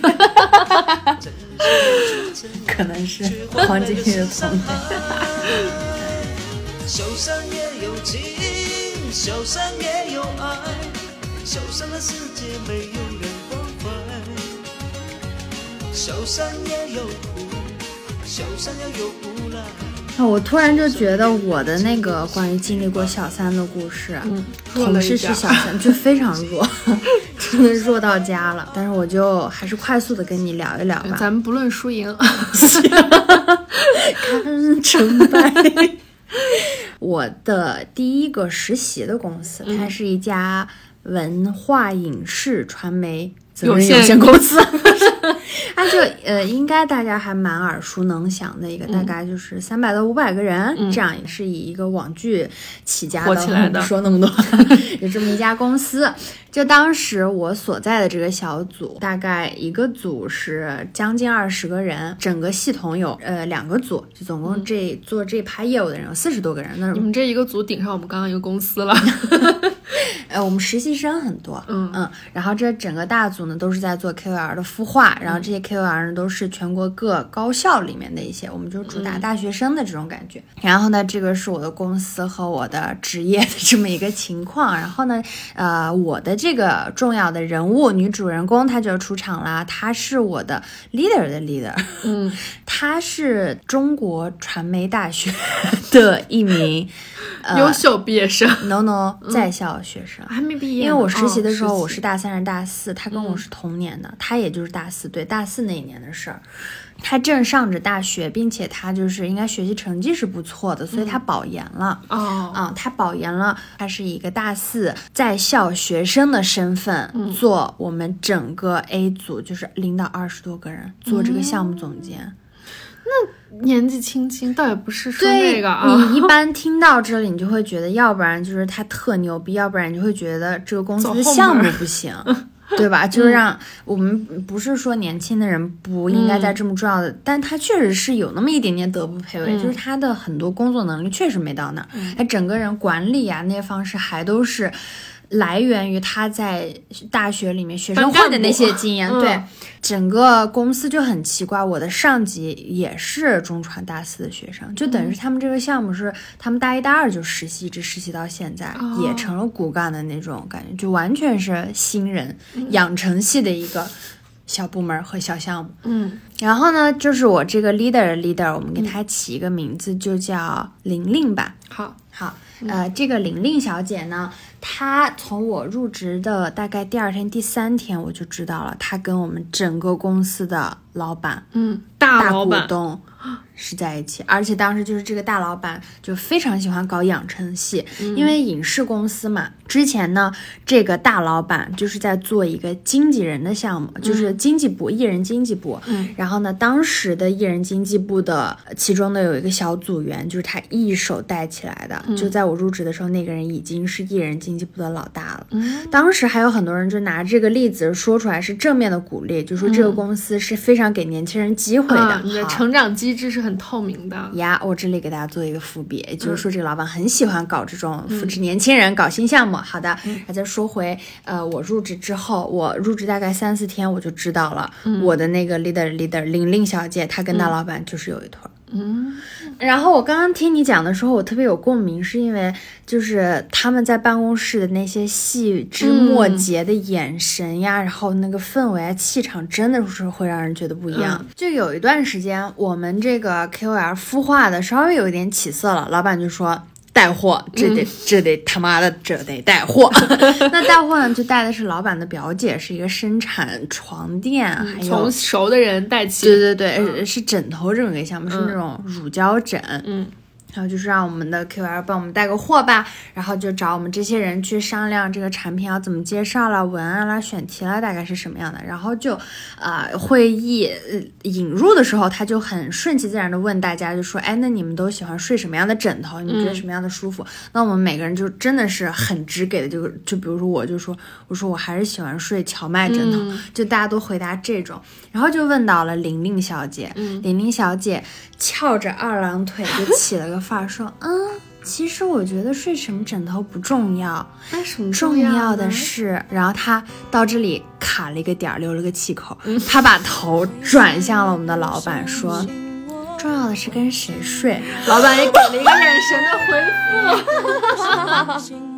可能是黄经理的同类。 手上也有情受伤也有爱，受伤的世界没有人关怀，受伤也有苦，受伤也有无奈。 啊，我突然就觉得我的那个关于经历过小三的故事， 嗯， 同事是小三，就非常弱，真的弱到家了。但是我就还是快速的跟你聊一聊吧。 咱们不论输赢， 看成败。我的第一个实习的公司，它是一家文化影视传媒责任有限公司。它就呃，应该大家还蛮耳熟能详的一个，嗯、大概就是三百到五百个人，嗯、这样也是以一个网剧起家的， 火起来的， 说那么多，有这么一家公司。就当时我所在的这个小组，大概一个组是将近二十个人，整个系统有呃两个组，就总共这、嗯、做这趴业务的人有四十多个人。那你们这一个组顶上我们刚刚一个公司了。 呃，我们实习生很多， 嗯嗯，然后这整个大组呢都是在做 K O L 的孵化，然后这些 K O L 呢都是全国各高校里面的一些，我们就主打大学生的这种感觉。嗯、然后呢，这个是我的公司和我的职业的这么一个情况。然后呢，呃，我的这个重要的人物女主人公她就要出场啦，她是我的 leader 的 leader， 嗯， 她是中国传媒大学的一名。 呃、优秀毕业生 ，no no， 在校学生、 嗯、还没毕业。 因为我实习的时候， 哦、 我是大三是大四，他跟我是同年的，嗯、他也就是大四，对，大四那一年的事儿。他正上着大学，并且他就是应该学习成绩是不错的，所以他保研了。 哦、 嗯，啊，他保研了，他是以一个大四在校学生的身份、嗯、做我们整个 A 组，就是零到二十多个人做这个项目总监。嗯那年纪轻轻倒也不是说那个啊， 你一般听到这里，你就会觉得，要不然就是他特牛逼，要不然你就会觉得这个公司的项目不行，对吧？就是让我们不是说年轻的人不应该在这么重要的，嗯、但他确实是有那么一点点德不配位，嗯、就是他的很多工作能力确实没到那儿，他、嗯、整个人管理啊那些方式还都是。来源于他在大学里面学生会的那些经验，对、嗯、整个公司就很奇怪。我的上级也是中传大四的学生，就等于他们这个项目是他们大一大二就实习，一直实习到现在，哦、也成了骨干的那种感觉，就完全是新人、嗯、养成系的一个小部门和小项目。 嗯， 然后呢，就是我这个 leader leader， 我们给他起一个名字，嗯、就叫玲玲吧。 好， 好。呃，这个玲玲小姐呢，她从我入职的大概第二天、第三天，我就知道了，她跟我们整个公司的老板， 嗯，大老板、大股东是在一起，而且当时就是这个大老板就非常喜欢搞养成系，嗯、因为影视公司嘛，之前呢，这个大老板就是在做一个经纪人的项目，嗯、就是经济部艺人经济部， 嗯， 然后呢，当时的艺人经济部的其中的有一个小组员，就是他一手带起来的，嗯、就在我入职的时候，那个人已经是艺人经济部的老大了。 嗯， 当时还有很多人就拿这个例子说出来是正面的鼓励，就说这个公司是非常给年轻人机会的， 嗯、你的成长机制是很透明的呀。我这里给大家做一个伏笔，也就是说这个老板很喜欢搞这种扶持年轻人、嗯、搞新项目。好的， 嗯、 再说回呃，我入职之后，我入职大概三四天，我就知道了， 嗯、 我的那个 leader leader 玲玲小姐，她跟大老板就是有一腿。 嗯， 然后我刚刚听你讲的时候，我特别有共鸣，是因为就是他们在办公室的那些细枝末节的眼神呀，嗯、然后那个氛围啊、气场，真的是会让人觉得不一样。嗯、就有一段时间，我们这个 K O L 孵化的稍微有一点起色了，老板就说。带货，这得、嗯、这得他妈的这得带货。那带货呢，就带的是老板的表姐，是一个生产床垫， 嗯、 还有从熟的人带起。 对对对， 嗯、 是枕头这么一个项目，嗯、是那种乳胶枕。 嗯。 然后就是让我们的 Q L 帮我们带个货吧，然后就找我们这些人去商量这个产品要怎么介绍啦、文案啦、选题啦，大概是什么样的。然后就呃会议、呃、引入的时候，他就很顺其自然的问大家，就说，哎，那你们都喜欢睡什么样的枕头？你们觉得什么样的舒服？嗯、那我们每个人就真的是很直给的，就就比如说我就说，我说我还是喜欢睡荞麦枕头， 嗯、 就大家都回答这种。然后就问到了玲玲小姐， 嗯、 玲玲小姐翘着二郎腿就起了个发说，嗯，其实我觉得睡什么枕头不重要， 那什么重要的是，然后她到这里卡了一个点，留了个气口，她把头转向了我们的老板说，重要的是跟谁睡。 老板也给了一个眼神的回复。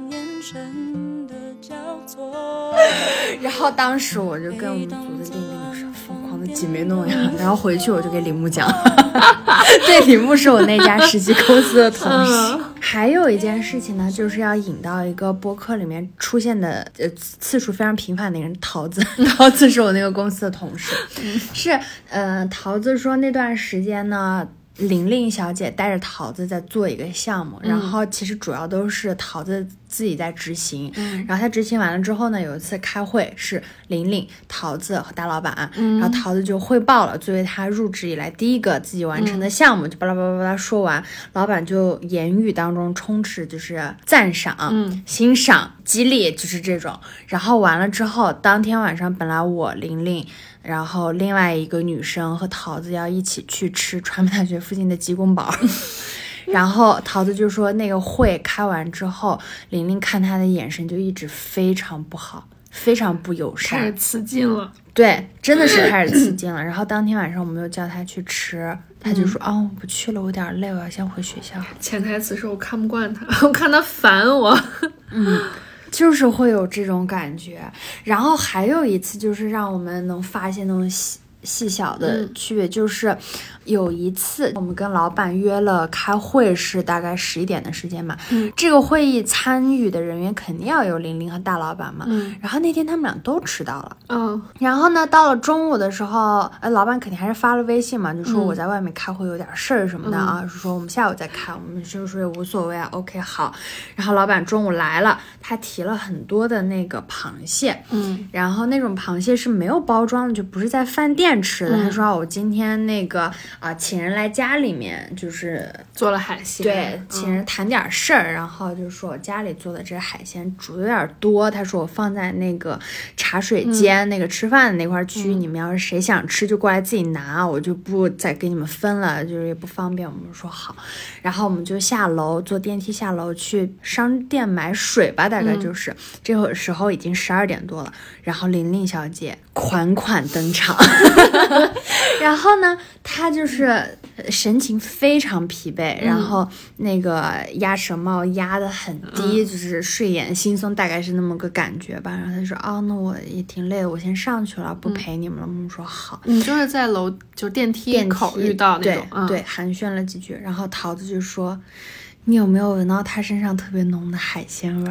生的交错。 然后当时我就跟我们组的丽丽说疯狂的挤眉弄眼，然后回去我就给李牧讲，对，李牧是我那家实习公司的同事。还有一件事情呢，就是要引到一个播客里面出现的呃次数非常频繁的一个人，桃子。桃子是我那个公司的同事，是呃桃子说那段时间呢，玲玲小姐带着桃子在做一个项目，然后其实主要都是桃子自己在执行，嗯、然后她执行完了之后呢，有一次开会是玲玲、桃子和大老板，嗯、然后桃子就汇报了作为她入职以来第一个自己完成的项目，嗯、就巴拉巴拉巴拉说完，老板就言语当中充斥就是赞赏、嗯、欣赏、激励，就是这种。然后完了之后，当天晚上本来我玲玲。然后另外一个女生和桃子要一起去吃传媒大学附近的鸡公煲，然后桃子就说那个会开完之后，玲玲看她的眼神就一直非常不好，非常不友善， 开始吃劲了。 对，真的是开始吃劲了。然后当天晚上我们又叫她去吃，她就说：“哦、嗯，我不去了，我有点累，我要先回学校。” 潜台词是我看不惯她，我看她烦我。 嗯。就是会有这种感觉，然后还有一次就是让我们能发现那种细细小的区别，嗯、就是有一次我们跟老板约了开会，是大概十一点的时间嘛。嗯，这个会议参与的人员肯定要有玲玲和大老板嘛。嗯，然后那天他们俩都迟到了。嗯，然后呢，到了中午的时候，呃，老板肯定还是发了微信嘛，就说我在外面开会有点事儿什么的啊，嗯、说我们下午再开，我们就说也无所谓啊 ，OK 好。然后老板中午来了，他提了很多的那个螃蟹，嗯，然后那种螃蟹是没有包装的，就不是在饭店吃的。嗯、他说我今天那个。啊、呃，请人来家里面就是做了海鲜， 对，请人谈点事儿，嗯、然后就说我家里做的这海鲜煮的有点多，他说我放在那个茶水间、嗯、那个吃饭的那块区域，嗯、你们要是谁想吃就过来自己拿，我就不再给你们分了，就是也不方便。我们说好，然后我们就下楼坐电梯下楼去商店买水吧，大概就是、嗯、这会时候已经十二点多了，然后玲玲小姐款款登场，然后呢，她就是神情非常疲惫，然后那个鸭舌帽压得很低，嗯、就是睡眼惺忪，大概是那么个感觉吧。然后她说：“哦，那我也挺累的，我先上去了，不陪你们了。”我们说好。 你就是在楼就电梯口遇到那种， 对、嗯、对，寒暄了几句，然后桃子就说：“你有没有闻到他身上特别浓的海鲜味？”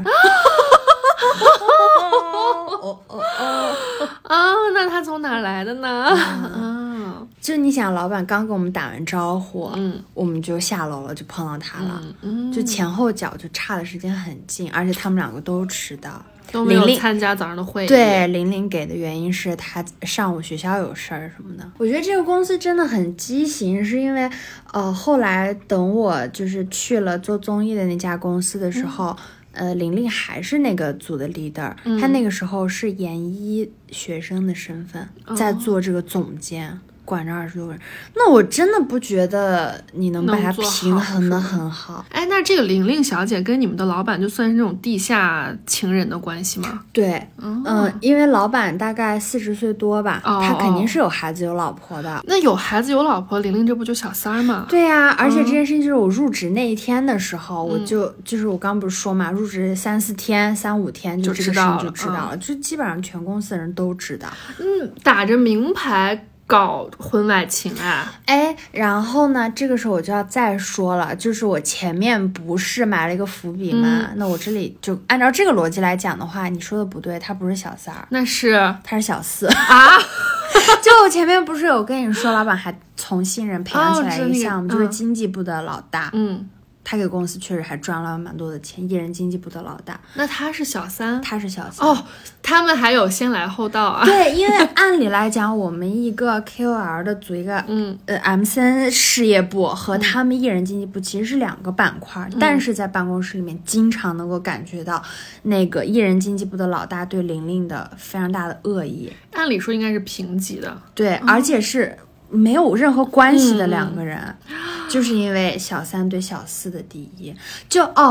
哦哦哦啊！那他从哪来的呢？ 嗯，就你想，老板刚跟我们打完招呼，嗯，我们就下楼了，就碰到他了，嗯，就前后脚就差的时间很近，而且他们两个都迟到， 都没有参加早上的会议。 对，玲玲给的原因是她上午学校有事儿什么的。我觉得这个公司真的很畸形，是因为呃，后来等我就是去了做综艺的那家公司的时候。嗯呃，玲玲还是那个组的 leader，嗯、她那个时候是研一学生的身份，哦、在做这个总监，管着二十多个人。那我真的不觉得你能把它平衡的很好。 哎，那这个玲玲小姐跟你们的老板就算是那种地下情人的关系吗？ 对，哦、嗯，因为老板大概四十岁多吧，哦、他肯定是有孩子有老婆的。 那有孩子有老婆，玲玲这不就小三儿吗？ 对呀、啊，而且这件事情就是我入职那一天的时候，嗯、我就就是我刚不是说嘛，入职三四天、三五天就这个事情就知道了，就基本上全公司的人都知道。 嗯，打着名牌。搞婚外情啊！ 哎，然后呢，这个时候我就要再说了，就是我前面不是埋了一个伏笔吗？嗯、那我这里就按照这个逻辑来讲的话，你说的不对，他不是小三儿， 那是他是小四啊！就我前面不是有跟你说，老板还从新人培养起来一个项目，哦、就是经济部的老大，嗯。他给公司确实还赚了蛮多的钱，艺人经济部的老大。 那他是小三？ 他是小三哦，他们还有先来后到啊？ 对，因为按理来讲，我们一个 K O L 的组一个嗯呃 M C N 事业部和他们艺人经济部其实是两个板块，嗯、但是在办公室里面经常能够感觉到那个艺人经济部的老大对玲玲的非常大的恶意。 按理说应该是平级的， 对，嗯、而且是。没有任何关系的两个人，嗯、就是因为小三对小四的第一，就哦，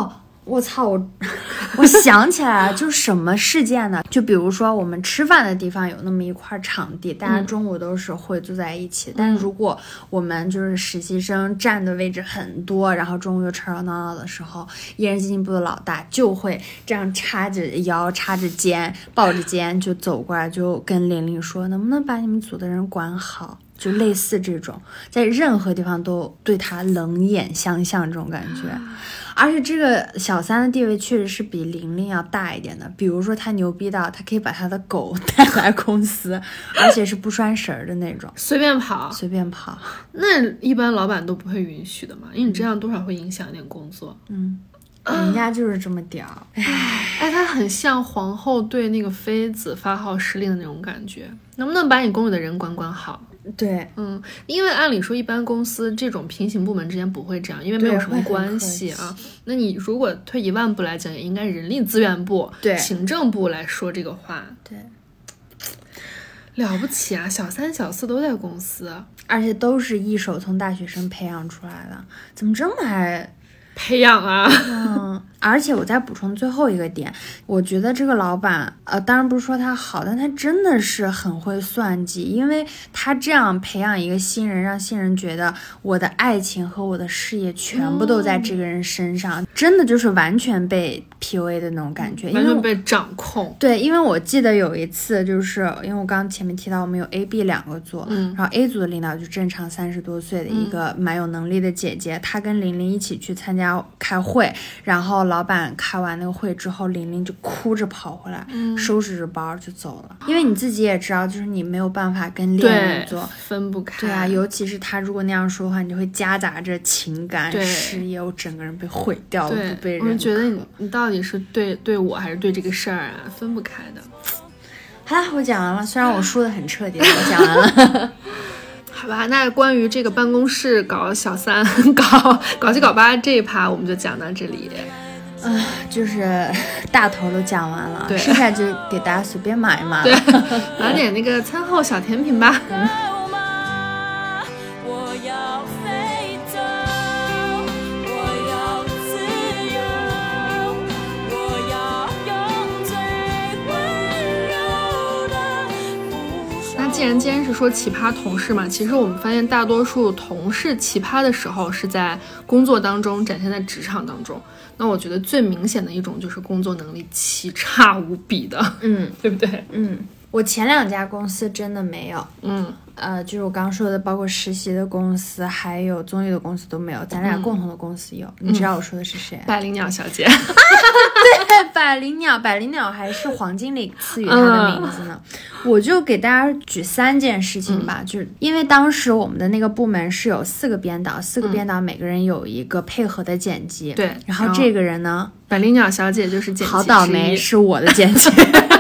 我操，我我想起来了，就什么事件呢？就比如说我们吃饭的地方有那么一块场地，大家中午都是会坐在一起。嗯、但是如果我们就是实习生占的位置很多，然后中午又吵吵闹闹的时候，艺人基金部的老大就会这样叉着腰、叉着肩、抱着肩就走过来，就跟玲玲说：“能不能把你们组的人管好？”就类似这种，在任何地方都对他冷眼相向这种感觉。而且这个小三的地位确实是比玲玲要大一点的，比如说他牛逼到他可以把他的狗带来公司，而且是不拴绳的那种， 随便跑随便跑。 那一般老板都不会允许的嘛，因为你这样多少会影响一点工作。 嗯，人家就是这么屌。 哎，他很像皇后对那个妃子发号施令的那种感觉，能不能把你宫里的人管管好？ 对， 嗯，因为按理说一般公司这种平行部门之间不会这样，因为没有什么关系啊。那你如果退一万步来讲，也应该人力资源部、 对行政部来说这个话。 对， 了不起啊，小三小四都在公司， 而且都是一手从大学生培养出来的，怎么这么还培养啊？ 嗯，而且我再补充最后一个点，我觉得这个老板，呃，当然不是说他好，但他真的是很会算计，因为他这样培养一个新人，让新人觉得我的爱情和我的事业全部都在这个人身上，嗯、真的就是完全被 P U A 的那种感觉， 完全被掌控。 对，因为我记得有一次，就是因为我刚刚前面提到我们有 A、B 两个组， 嗯， 然后 A 组的领导就正常三十多岁的一个蛮有能力的姐姐，嗯、她跟玲玲一起去参加开会，然后老板开完那个会之后，玲玲就哭着跑回来， 嗯、 收拾着包就走了。因为你自己也知道，就是你没有办法跟恋人做， 分不开。 对啊，尤其是他如果那样说的话，你就会夹杂着情感、事业，我整个人被毁掉了，不被认可。 我觉得你你到底是对对我还是对这个事儿啊，分不开的。 好了，我讲完了，虽然我输得很彻底，我讲完了。 好吧，那关于这个办公室搞小三、搞搞七搞八这一趴，我们就讲到这里。 啊、呃，就是大头都讲完了， 对， 剩下就给大家随便码一码了。 对，拿点那个餐后小甜品吧。嗯。既然今天是说奇葩同事嘛，其实我们发现大多数同事奇葩的时候是在工作当中展现在职场当中。那我觉得最明显的一种就是工作能力奇差无比的， 嗯， 对不对？ 嗯，我前两家公司真的没有， 嗯， 呃，就是我刚刚说的，包括实习的公司还有综艺的公司都没有，咱俩共同的公司有。嗯、你知道我说的是谁？ 百灵鸟小姐。 对，百灵鸟，百灵鸟还是黄经理赐予她的名字呢。嗯、我就给大家举三件事情吧，嗯、就是因为当时我们的那个部门是有四个编导，四个编导每个人有一个配合的剪辑， 对、嗯， 然后这个人呢， 百灵鸟小姐就是剪辑， 好倒霉，是我的剪辑。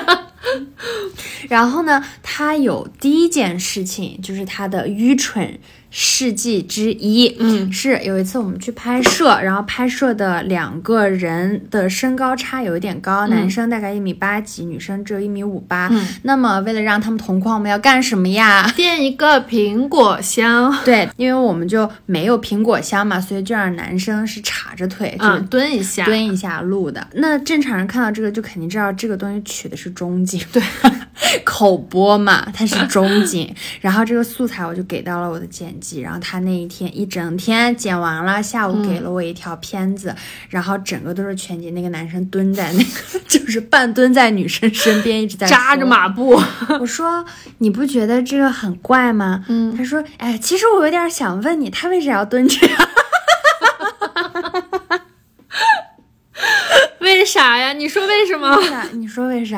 然后呢，他有第一件事情就是他的愚蠢事迹之一， 嗯， 是有一次我们去拍摄，然后拍摄的两个人的身高差有一点高，嗯、男生大概一米八几，女生只有一米五八。 嗯， 那么为了让他们同框，我们要干什么呀？ 垫一个苹果箱。 对，因为我们就没有苹果箱嘛，所以就让男生是叉着腿，就蹲一下， 蹲一下录的。那正常人看到这个就肯定知道这个东西取的是中景， 对， 口播嘛，它是中景。然后这个素材我就给到了我的剪辑，然后他那一天一整天剪完了，下午给了我一条片子，嗯、然后整个都是全景，那个男生蹲在那个就是半蹲在女生身边，一直在扎着马步。 我说你不觉得这个很怪吗？ 嗯， 他说哎，其实我有点想问你，他为啥要蹲这样？ 为啥呀？你说为什么？ 为啥？你说为啥？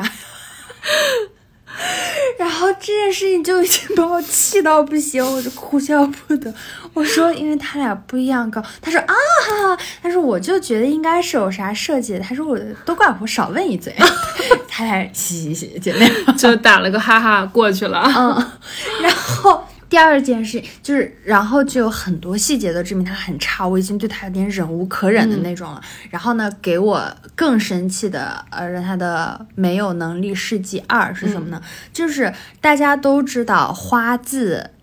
然后这件事情就已经把我气到不行，我就哭笑不得。我说因为他俩不一样高。他说啊，他说我就觉得应该是有啥设计的。他说我都怪我少问一嘴。他俩嘻嘻嘻就那样就打了个哈哈过去了。 嗯，然后第二件事就是，然后就有很多细节都证明他很差，我已经对他有点忍无可忍的那种了。嗯、然后呢，给我更生气的，呃，让他的没有能力事迹二是什么呢？嗯、就是大家都知道花字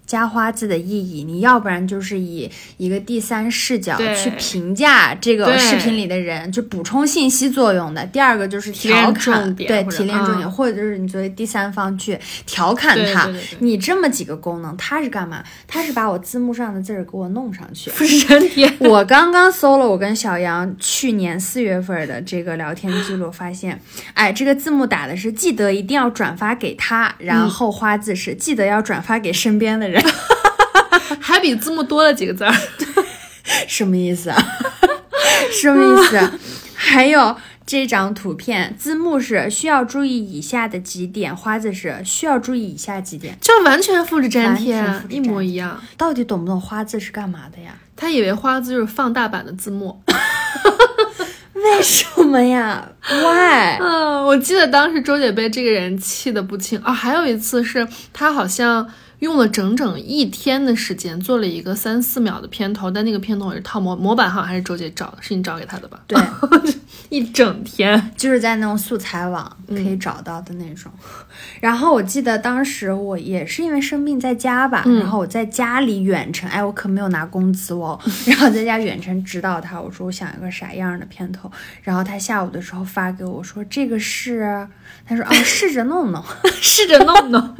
加花字的意义，你要不然就是以一个第三视角对去评价这个对视频里的人，就补充信息作用的。第二个就是调提炼侃，对， 重点或者提炼重点， 嗯或者就是你作为第三方去调侃对他。 对对对你这么几个功能，他是干嘛？他是把我字幕上的字儿给我弄上去。 不是人体我刚刚搜了我跟小杨去年四月份的这个聊天记录，发现，哎，这个字幕打的是记得一定要转发给他，然后花字是记得要转发给身边的人。 还比字幕多了几个字儿。 什么意思啊？什么意思？还有这张图片字幕是需要注意以下的几点，花字是需要注意以下几点， 就完全复制粘贴完全复制一模一样。 到底懂不懂花字是干嘛的呀？ 他以为花字就是放大版的字幕。 为什么呀 ？Why？ 嗯，我记得当时周姐被这个人气得不轻啊。还有一次是他好像用了整整一天的时间做了一个三四秒的片头，但那个片头也是套模模板，好像还是周姐找的，是你找给他的吧？ 对， 一整天就是在那种素材网可以找到的那种。嗯、然后我记得当时我也是因为生病在家吧，嗯、然后我在家里远程，哎，我可没有拿工资哦，然后在家远程指导他，我说我想一个啥样的片头，然后他下午的时候发给我说这个是，他说啊试着弄弄， 试着弄弄。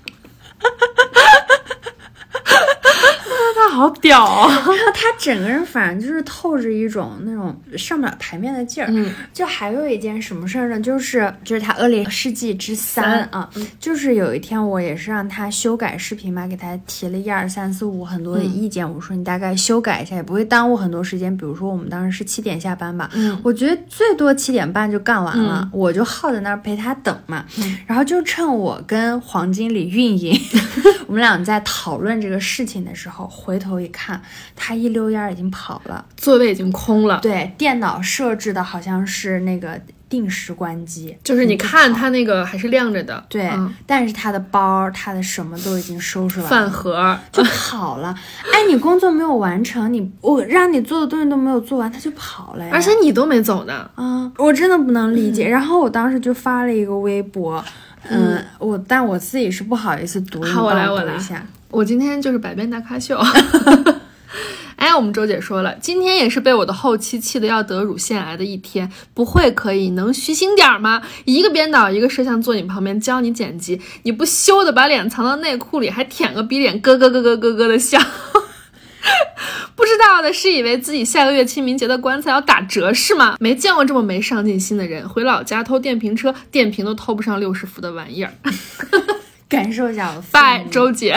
他好屌啊！ 然后他整个人反正就是透着一种那种上不了台面的劲儿。 嗯， 就还有一件什么事儿呢？就是就是他恶劣事迹之三啊，嗯、就是有一天我也是让他修改视频嘛，给他提了一二三四五很多的意见，嗯、我说你大概修改一下，也不会耽误很多时间。比如说我们当时是七点下班吧， 嗯， 我觉得最多七点半就干完了， 嗯、 我就耗在那儿陪他等嘛。 嗯、 然后就趁我跟黄经理运营，我们俩在讨论这个事情的时候，回头一看，他一溜烟已经跑了， 座位已经空了。 对，电脑设置的好像是那个定时关机， 就是你看他那个还是亮着的。 对， 嗯、 但是他的包，他的什么都已经收拾完了， 饭盒就跑了。哎，你工作没有完成，你我让你做的东西都没有做完，他就跑了呀。 而且你都没走呢。 啊，我真的不能理解。嗯、然后我当时就发了一个微博。嗯，嗯我但我自己是不好意思读， 好，我来我来一下。 我今天就是百变大咖秀。哎，我们周姐说了，今天也是被我的后期气得要得乳腺癌的一天。不会可以，能虚心点吗？一个编导，一个摄像坐你旁边教你剪辑，你不羞的把脸藏到内裤里，还舔个逼脸，咯咯咯咯咯咯的笑。不知道的是以为自己下个月清明节的棺材要打折是吗？没见过这么没上进心的人，回老家偷电瓶车，电瓶都偷不上六十伏的玩意儿。 感受一下我。 拜周姐。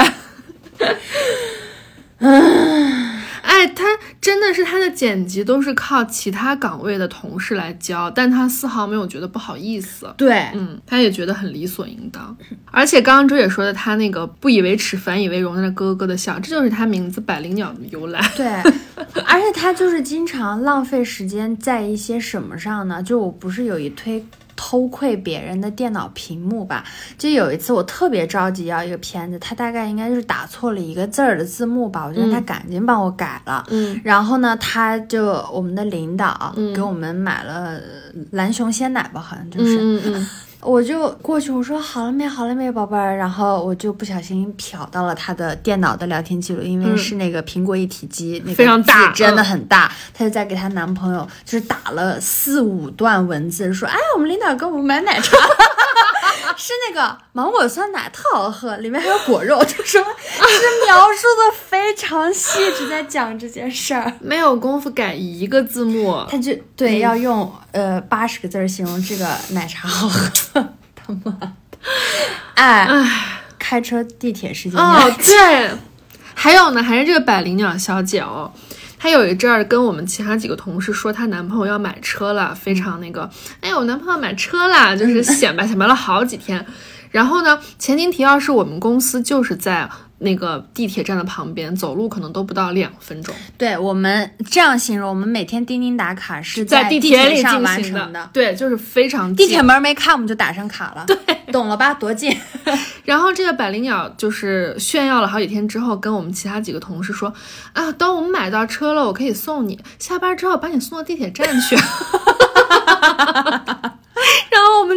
哎，他真的是他的剪辑都是靠其他岗位的同事来教，但他丝毫没有觉得不好意思。 对， 嗯，他也觉得很理所应当。而且刚刚周也说的，他那个不以为耻反以为荣的那咯咯的笑，这就是他名字百灵鸟的由来。 对，而且他就是经常浪费时间在一些什么上呢？就我不是有一推偷窥别人的电脑屏幕吧，就有一次我特别着急要一个片子，他大概应该就是打错了一个字儿的字幕吧，我就让他赶紧帮我改了。 嗯， 然后呢，他就我们的领导嗯给我们买了蓝熊鲜奶吧，好像就是。 嗯嗯嗯我就过去我说好了没好了没宝贝儿，然后我就不小心瞟到了他的电脑的聊天记录，因为是那个苹果一体机，嗯、那个非常大， 真的很大。她、嗯、就在给她男朋友就是打了四五段文字，说哎我们领导给我们买奶茶。是那个芒果酸奶特好喝，里面还有果肉，就说是描述的非常细致，在讲这件事儿， 没有功夫改一个字幕， 他就对、嗯、要用呃八十个字形容这个奶茶好喝，他妈的，哎哎，开车地铁时间哦，对，还有呢，还是这个百灵鸟小姐哦。她有一阵儿跟我们其他几个同事说她男朋友要买车了，非常那个，哎，我男朋友买车啦，就是显摆显摆了好几天。然后呢，前情提要是我们公司就是在那个地铁站的旁边，走路可能都不到两分钟。 对，我们这样形容，我们每天钉钉打卡是在地铁里上完成的。 对，就是非常近， 地铁门没开我们就打上卡了。 对， 懂了吧？多近。 然后这个百灵鸟就是炫耀了好几天之后，跟我们其他几个同事说啊，等我们买到车了，我可以送你，下班之后把你送到地铁站去。然后我们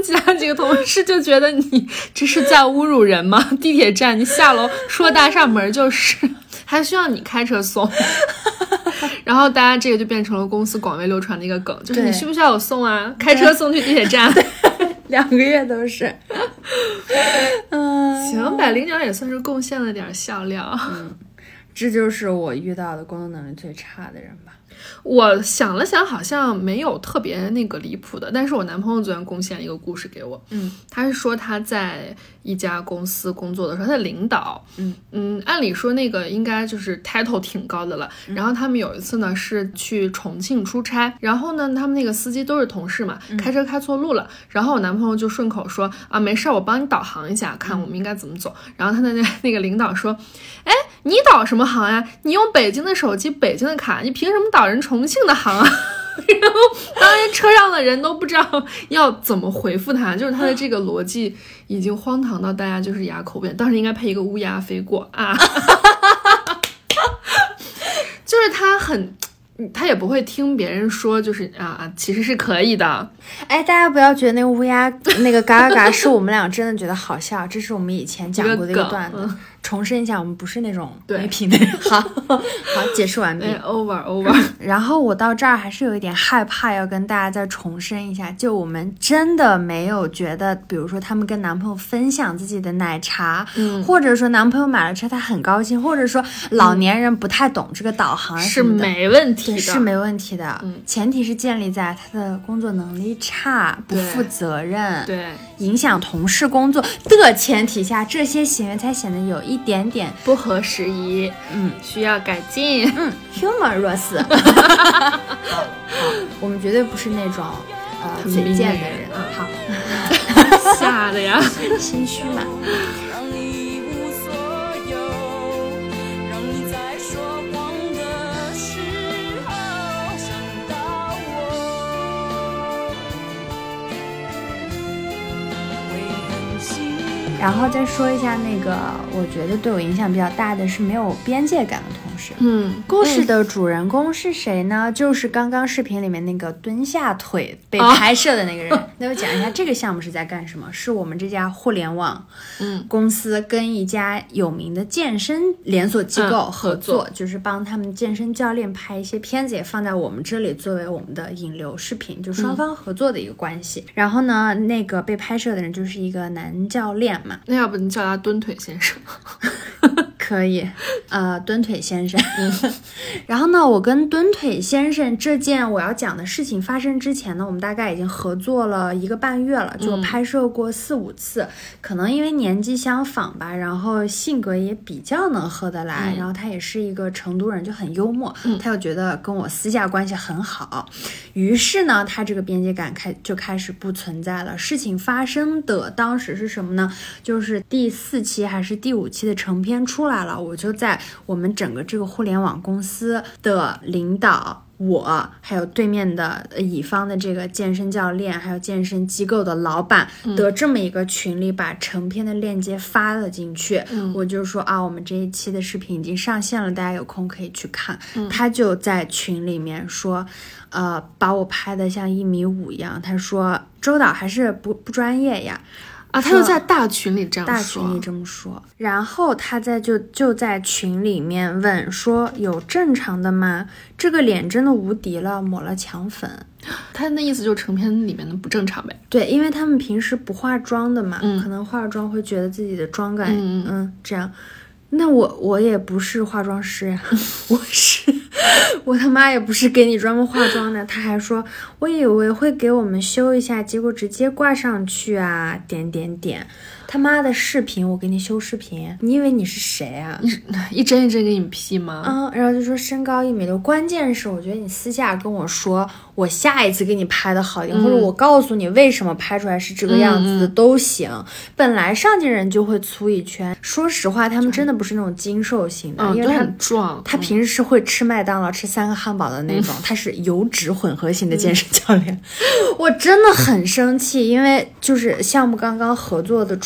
其他几个同事就觉得你这是在侮辱人吗？地铁站你下楼出了大厦门就是，还需要你开车送。然后大家这个就变成了公司广为流传的一个梗，就是你需不需要我送啊？开车送去地铁站。 两个月都是。嗯， 行，百灵鸟也算是贡献了点笑料。 嗯，这就是我遇到的工作能力最差的人吧。 我想了想，好像没有特别那个离谱的，但是我男朋友昨天贡献了一个故事给我。 嗯， 他是说他在一家公司工作的时候，他的领导， 嗯嗯，按理说那个应该就是 title 挺高的了。 嗯、 然后他们有一次呢是去重庆出差，然后呢他们那个司机都是同事嘛， 嗯、 开车开错路了，然后我男朋友就顺口说啊，没事，我帮你导航一下，看我们应该怎么走。嗯、然后他的那那个领导说，哎，你导什么航呀？你用北京的手机、北京的卡，你凭什么导人重庆的航啊？然后当然车上的人都不知道要怎么回复他，就是他的这个逻辑已经荒唐到大家就是哑口无言。当时应该配一个乌鸦飞过啊。就是他很他也不会听别人说，就是啊，其实是可以的。 哎，大家不要觉得那个乌鸦那个嘎嘎嘎是我们俩真的觉得好笑，这是我们以前讲过的一个段子。嗯、重申一下，我们不是那种没品的人。好，好，解释完毕。 哎 over over。 然后我到这儿还是有一点害怕，要跟大家再重申一下，就我们真的没有觉得，比如说他们跟男朋友分享自己的奶茶， 嗯， 或者说男朋友买了车他很高兴，或者说老年人不太懂这个导航什么的， 是没问题的， 是没问题的。 嗯， 前提是建立在他的工作能力差、不负责任、 对影响同事工作的前提下，这些行为才显得有一点点不合时宜， 嗯， 需要改进， 嗯 ，humorous。好，好，我们绝对不是那种呃嘴贱的人。 嗯、 好， 吓的呀， 心虚嘛。然后再说一下那个，我觉得对我影响比较大的是没有边界感的同事。 嗯， 故事的主人公是谁呢？嗯、就是刚刚视频里面那个蹲下腿被拍摄的那个人。哦、那我讲一下这个项目是在干什么？是我们这家互联网嗯公司跟一家有名的健身连锁机构合作， 嗯、合作就是帮他们健身教练拍一些片子，也放在我们这里作为我们的引流视频，就双方合作的一个关系。嗯、然后呢，那个被拍摄的人就是一个男教练嘛。 那要不你叫他蹲腿先生？ 可以，呃，蹲腿先生。然后呢，我跟蹲腿先生这件我要讲的事情发生之前呢，我们大概已经合作了一个半月了，就拍摄过四五次。嗯、可能因为年纪相仿吧，然后性格也比较能合得来，嗯、然后他也是一个成都人，就很幽默。嗯、他又觉得跟我私下关系很好，于是呢，他这个边界感开就开始不存在了。事情发生的当时是什么呢？就是第四期还是第五期的成片出来了，我就在我们整个这个互联网公司的领导，我还有对面的乙方的这个健身教练，还有健身机构的老板的这么一个群里，把成片的链接发了进去。嗯、我就说啊，我们这一期的视频已经上线了，大家有空可以去看。嗯、他就在群里面说，呃，把我拍的像一米五一样。他说周导还是不不专业呀。 啊，他就在大群里这样说， 大群里这么说，然后他在就就在群里面问说，有正常的吗？这个脸真的无敌了，抹了强粉。 他那意思就是成片里面的不正常呗。 对，因为他们平时不化妆的嘛， 嗯、 可能化了妆会觉得自己的妆感， 嗯嗯，这样。那我我也不是化妆师呀，我是我他妈也不是给你专门化妆的。他还说，我以为会给我们修一下，结果直接挂上去啊，点点点。他妈的视频，我给你修视频，你以为你是谁啊？ 一帧一帧给你 P 吗？ 嗯，然后就说身高一米六，关键是我觉得你私下跟我说，我下一次给你拍的好一点，嗯、或者我告诉你为什么拍出来是这个样子的、嗯、都行。本来上镜人就会粗一圈，说实话，他们真的不是那种精瘦型的， 嗯、 因为他很壮， 他平时是会吃麦当劳、吃三个汉堡的那种，嗯、他是油脂混合型的健身教练。嗯、我真的很生气，因为就是项目刚刚合作的初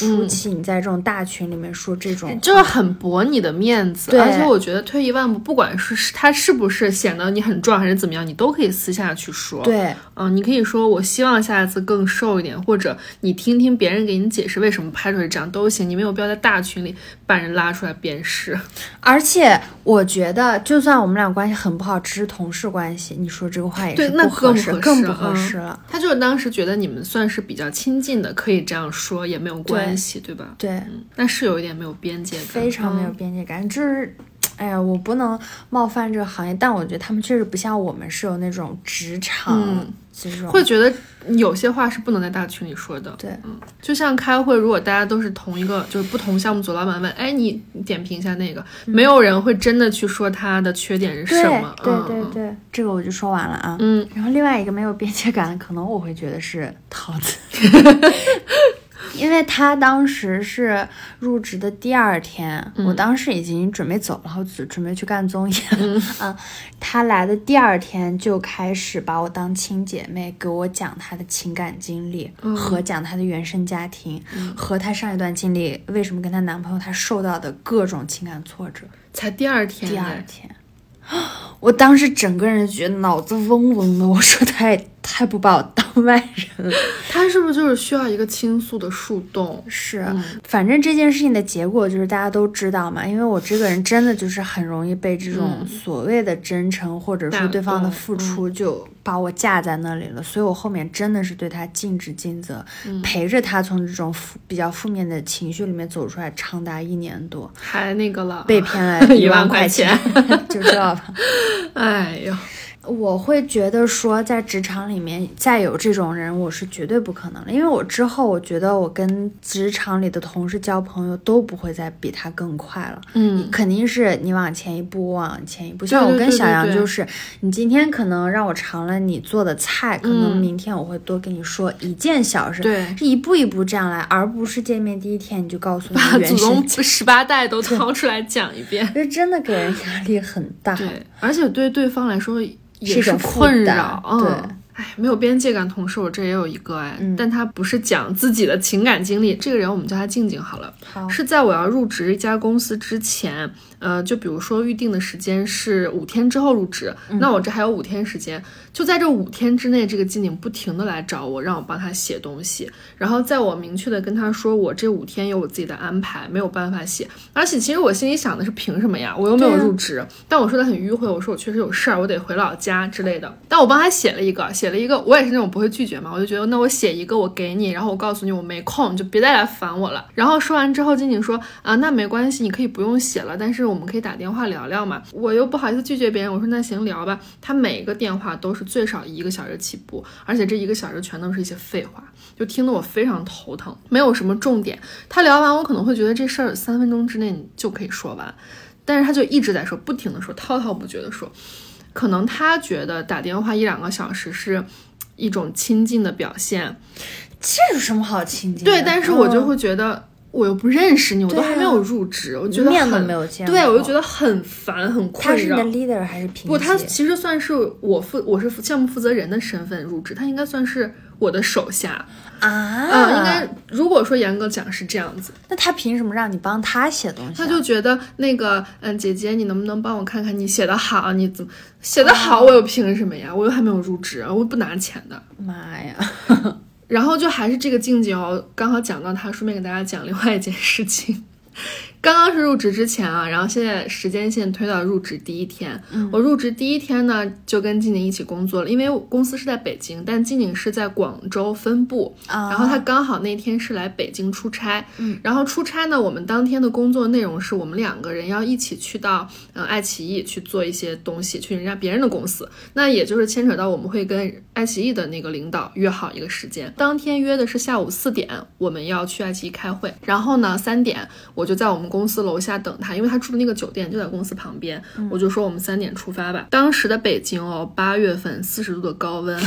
初期你在这种大群里面说这种话， 就是很驳你的面子。而且我觉得退一万步，不管是他是不是显得你很壮还是怎么样，你都可以私下去说。 对， 嗯，你可以说我希望下一次更瘦一点，或者你听听别人给你解释为什么拍出来这样都行，你没有必要在大群里把人拉出来鞭尸。 而且我觉得就算我们俩关系很不好，只是同事关系，你说这个话也是不合适，更不合适了、嗯、 他就是当时觉得你们算是比较亲近的，可以这样说也没有关系， 对, 对吧？ 对、 嗯，但是有一点没有边界感， 非常没有边界感、嗯、就是哎呀，我不能冒犯这个行业，但我觉得他们确实不像我们是有那种职场、嗯会觉得有些话是不能在大群里说的。 对， 嗯，就像开会，如果大家都是同一个，就是不同项目组老板问，哎，你点评一下那个、嗯，没有人会真的去说他的缺点是什么。 对对对对、嗯，这个我就说完了啊。 嗯， 然后另外一个没有边界感的，可能我会觉得是桃子。因为他当时是入职的第二天、嗯、我当时已经准备走了，我只准备去干综艺了、嗯啊、他来的第二天就开始把我当亲姐妹，给我讲他的情感经历、嗯、和讲他的原生家庭、嗯、和他上一段经历为什么跟他男朋友他受到的各种情感挫折。 才第二天， 第二天我当时整个人觉得脑子嗡嗡的，我说他也太不把我当外人了。 他是不是就是需要一个倾诉的树洞？ 是、 嗯、 反正这件事情的结果就是大家都知道嘛，因为我这个人真的就是很容易被这种所谓的真诚、嗯、或者说对方的付出就把我架在那里了、嗯、所以我后面真的是对他尽职尽责、嗯、陪着他从这种比较负面的情绪里面走出来长达一年多， 还那个了， 被骗了一万块钱就知道吧。 哎呦， 我会觉得说在职场里面再有这种人我是绝对不可能的，因为我之后我觉得我跟职场里的同事交朋友都不会再比他更快了。 嗯， 肯定是你往前一步我往前一步，像我跟小杨就是，对对对对，你今天可能让我尝了你做的菜、嗯、可能明天我会多跟你说一件小事， 对， 是一步一步这样来，而不是见面第一天你就告诉你把祖宗十八代都掏出来讲一遍， 这真的给人压力很大。 对，而且对对方来说也是困扰。嗯，对，哎，没有边界感同事我这也有一个哎、嗯，但他不是讲自己的情感经历，这个人我们叫他静静好了。 好， 是在我要入职一家公司之前，呃，就比如说预定的时间是五天之后入职、嗯、那我这还有五天时间，就在这五天之内，这个静静不停的来找我，让我帮他写东西，然后在我明确的跟他说我这五天有我自己的安排，没有办法写，而且其实我心里想的是凭什么呀，我又没有入职、啊、但我说的很迂回，我说我确实有事儿，我得回老家之类的，但我帮他写了一个写了一个我也是那种不会拒绝嘛，我就觉得那我写一个我给你，然后我告诉你我没空，你就别再来烦我了。然后说完之后静静说啊，那没关系，你可以不用写了，但是我们可以打电话聊聊嘛。我又不好意思拒绝别人，我说那行聊吧。他每个电话都是最少一个小时起步，而且这一个小时全都是一些废话，就听得我非常头疼，没有什么重点。他聊完我可能会觉得这事儿三分钟之内你就可以说完，但是他就一直在说，不停的说，滔滔不绝的说。可能他觉得打电话一两个小时是一种亲近的表现， 这有什么好亲近的？ 对，但是我就会觉得、哦、我又不认识你，我都还没有入职、啊、我觉得面都没有见过， 对，我就觉得很烦很困扰。 他是你的 leader 还是平级？ 不，他其实算是我负我是项目负责人的身份入职，他应该算是我的手下啊。 嗯，应该如果说严格讲是这样子。 那他凭什么让你帮他写东西、啊？ 他就觉得那个嗯，姐姐你能不能帮我看看你写的好，你怎么写的好、哦、我又凭什么呀，我又还没有入职，我又不拿钱的。 妈呀。 然后就还是这个静静哦，刚好讲到他，顺便给大家讲另外一件事情。刚刚是入职之前啊，然后现在时间线推到入职第一天、嗯、我入职第一天呢就跟静静一起工作了，因为公司是在北京，但静静是在广州分部、哦、然后她刚好那天是来北京出差、嗯、然后出差呢，我们当天的工作内容是我们两个人要一起去到嗯爱奇艺去做一些东西，去人家别人的公司，那也就是牵扯到我们会跟爱奇艺的那个领导约好一个时间，当天约的是下午四点我们要去爱奇艺开会，然后呢三点我就在我们公司楼下等他，因为他住的那个酒店就在公司旁边、嗯、我就说我们三点出发吧。当时的北京哦，八月份四十度的高温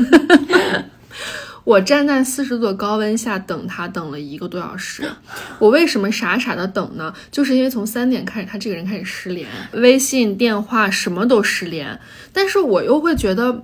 我站在四十度的高温下等他，等了一个多小时。我为什么傻傻的等呢？就是因为从三点开始他这个人开始失联，微信电话什么都失联，但是我又会觉得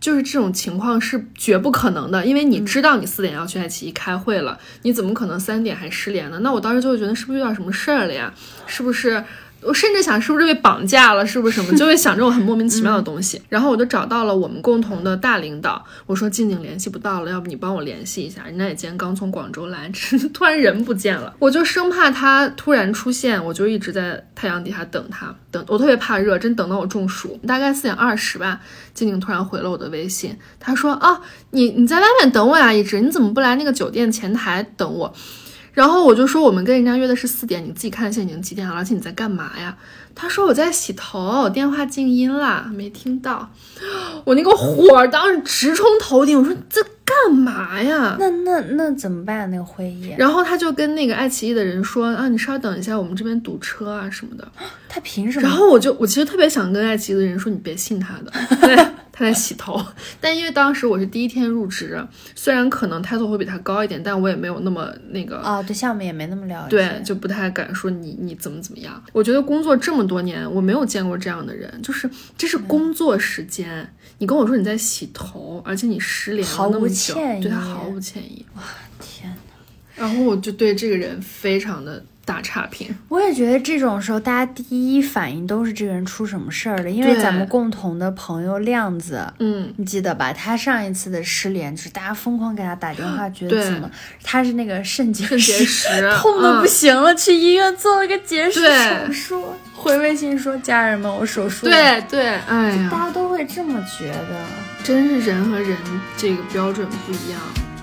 就是这种情况是绝不可能的，因为你知道你四点要去爱奇艺开会了，你怎么可能三点还失联呢？那我当时就会觉得是不是遇到什么事儿了呀？是不是？我甚至想是不是被绑架了，是不是什么，就会想这种很莫名其妙的东西。嗯、然后我就找到了我们共同的大领导，我说静静联系不到了，要不你帮我联系一下，人家也今天刚从广州来，突然人不见了，我就生怕他突然出现，我就一直在太阳底下等他，等我特别怕热，真等到我中暑。大概四点二十吧，静静突然回了我的微信，他说啊，你你在外面等我呀，一直你怎么不来那个酒店前台等我？然后我就说我们跟人家约的是四点，你自己看现在已经几点了，而且你在干嘛呀？他说我在洗头，电话静音啦，没听到。我那个火当时直冲头顶，我说这干嘛呀？ 那那那怎么办？那个会议？ 然后他就跟那个爱奇艺的人说啊，你稍等一下，我们这边堵车啊什么的。 他凭什么？ 然后我就我其实特别想跟爱奇艺的人说，你别信他的，对，他在洗头。但因为当时我是第一天入职，虽然可能 title 会比他高一点，但我也没有那么那个哦，对项目也没那么了解， 对，就不太敢说你你怎么怎么样。我觉得工作这么多年，我没有见过这样的人，就是这是工作时间，嗯、你跟我说你在洗头，而且你失联了那么久，对他毫无歉意。 哇，天哪！ 然后我就对这个人非常的打差评。 我也觉得这种时候大家第一反应都是这个人出什么事儿了，因为咱们共同的朋友亮子， 嗯， 你记得吧？他上一次的失联就是大家疯狂给他打电话，觉得怎么他是那个肾结石痛的不行了，嗯、去医院做了个结石手术，回微信说家人们我手术了。 对对，哎呀， 大家都会这么觉得， 真是人和人这个标准不一样。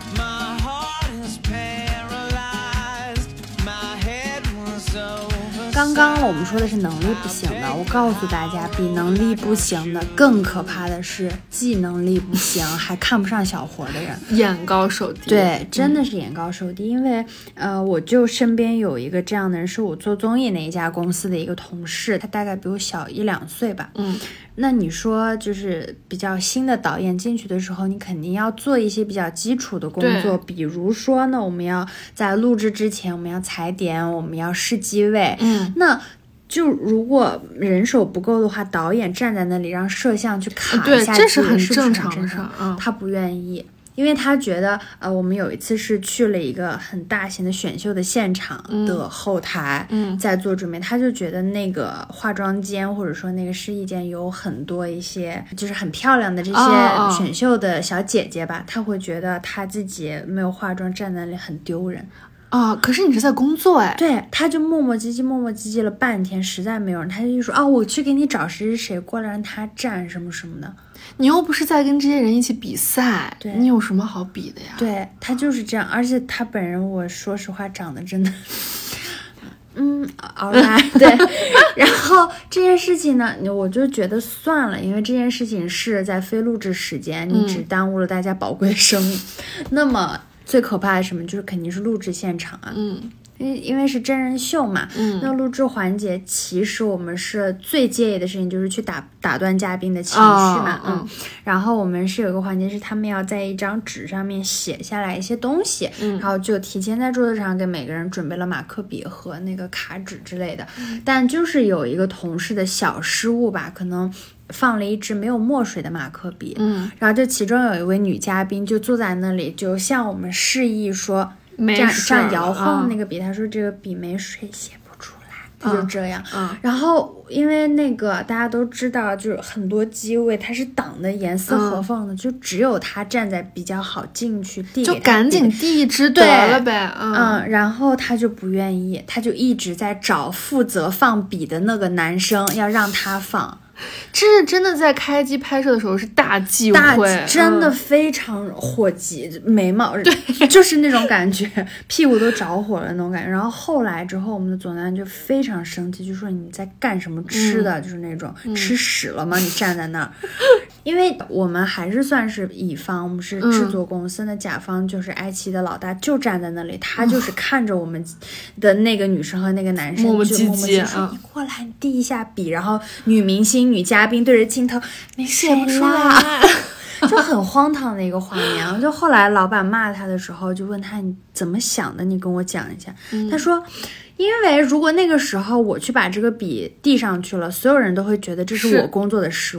刚刚我们说的是能力不行的，我告诉大家，比能力不行的更可怕的是既能力不行还看不上小活的人， 眼高手低。 对，真的是眼高手低。嗯、因为呃，我就身边有一个这样的人，是我做综艺那一家公司的一个同事，他大概比我小一两岁吧。 嗯， 那你说就是比较新的导演进去的时候，你肯定要做一些比较基础的工作，比如说呢，我们要在录制之前，我们要踩点，我们要试机位。 嗯， 那就如果人手不够的话，导演站在那里让摄像去卡一下， 对，这是很正常的事。嗯， 他不愿意。因为他觉得，呃，我们有一次是去了一个很大型的选秀的现场的后台， 嗯， 在做准备，他就觉得那个化妆间或者说那个试衣间有很多一些就是很漂亮的这些选秀的小姐姐吧，哦哦他会觉得他自己没有化妆站在那里很丢人。 啊、哦！可是你是在工作哎， 对，他就磨磨唧唧磨磨唧唧了半天，实在没有人，他就说啊，我去给你找谁谁谁过来让他站什么什么的。 你又不是在跟这些人一起比赛， 对， 你有什么好比的呀？ 对，他就是这样，而且他本人，我说实话长得真的，嗯，all right，对。然后这件事情呢，我就觉得算了，因为这件事情是在非录制时间，你只耽误了大家宝贵的生命。嗯、那么。最可怕的什么就是肯定是录制现场啊， 嗯， 因为因为是真人秀嘛， 嗯， 那录制环节其实我们是最介意的事情就是去打打断嘉宾的情绪嘛， 哦、嗯， 然后我们是有个环节是他们要在一张纸上面写下来一些东西， 嗯， 然后就提前在桌子上给每个人准备了马克笔和那个卡纸之类的，嗯、但就是有一个同事的小失误吧，可能。放了一支没有墨水的马克笔， 嗯， 然后就其中有一位女嘉宾就坐在那里，就向我们示意说，这样这样摇晃那个笔，她、嗯、说这个笔没水写不出来，她就这样。 嗯， 然后因为那个大家都知道，就是很多机位它是挡的严丝合缝的，嗯、就只有她站在比较好进去递给她， 就赶紧递一支得了呗。 嗯, 嗯，然后她就不愿意，她就一直在找负责放笔的那个男生，要让他放。 这是真的在开机拍摄的时候是大忌讳， 大真的非常火急，嗯、眉毛对， 就是那种感觉，屁股都着火了那种感觉。然后后来之后，我们的总导演就非常生气，就说你在干什么吃的，嗯、就是那种、嗯、吃屎了吗？你站在那儿。因为我们还是算是乙方，我们是制作公司的、嗯、甲方，就是爱奇艺的老大就站在那里，他就是看着我们的那个女生和那个男生， 磨磨唧唧， 说你过来，你递一下笔，然后女明星、女嘉宾对着镜头，没写不出来，就很荒唐的一个画面。就后来老板骂他的时候，就问他你怎么想的，你跟我讲一下。 嗯、 他说。因为如果那个时候我去把这个笔递上去了，所有人都会觉得这是我工作的失误。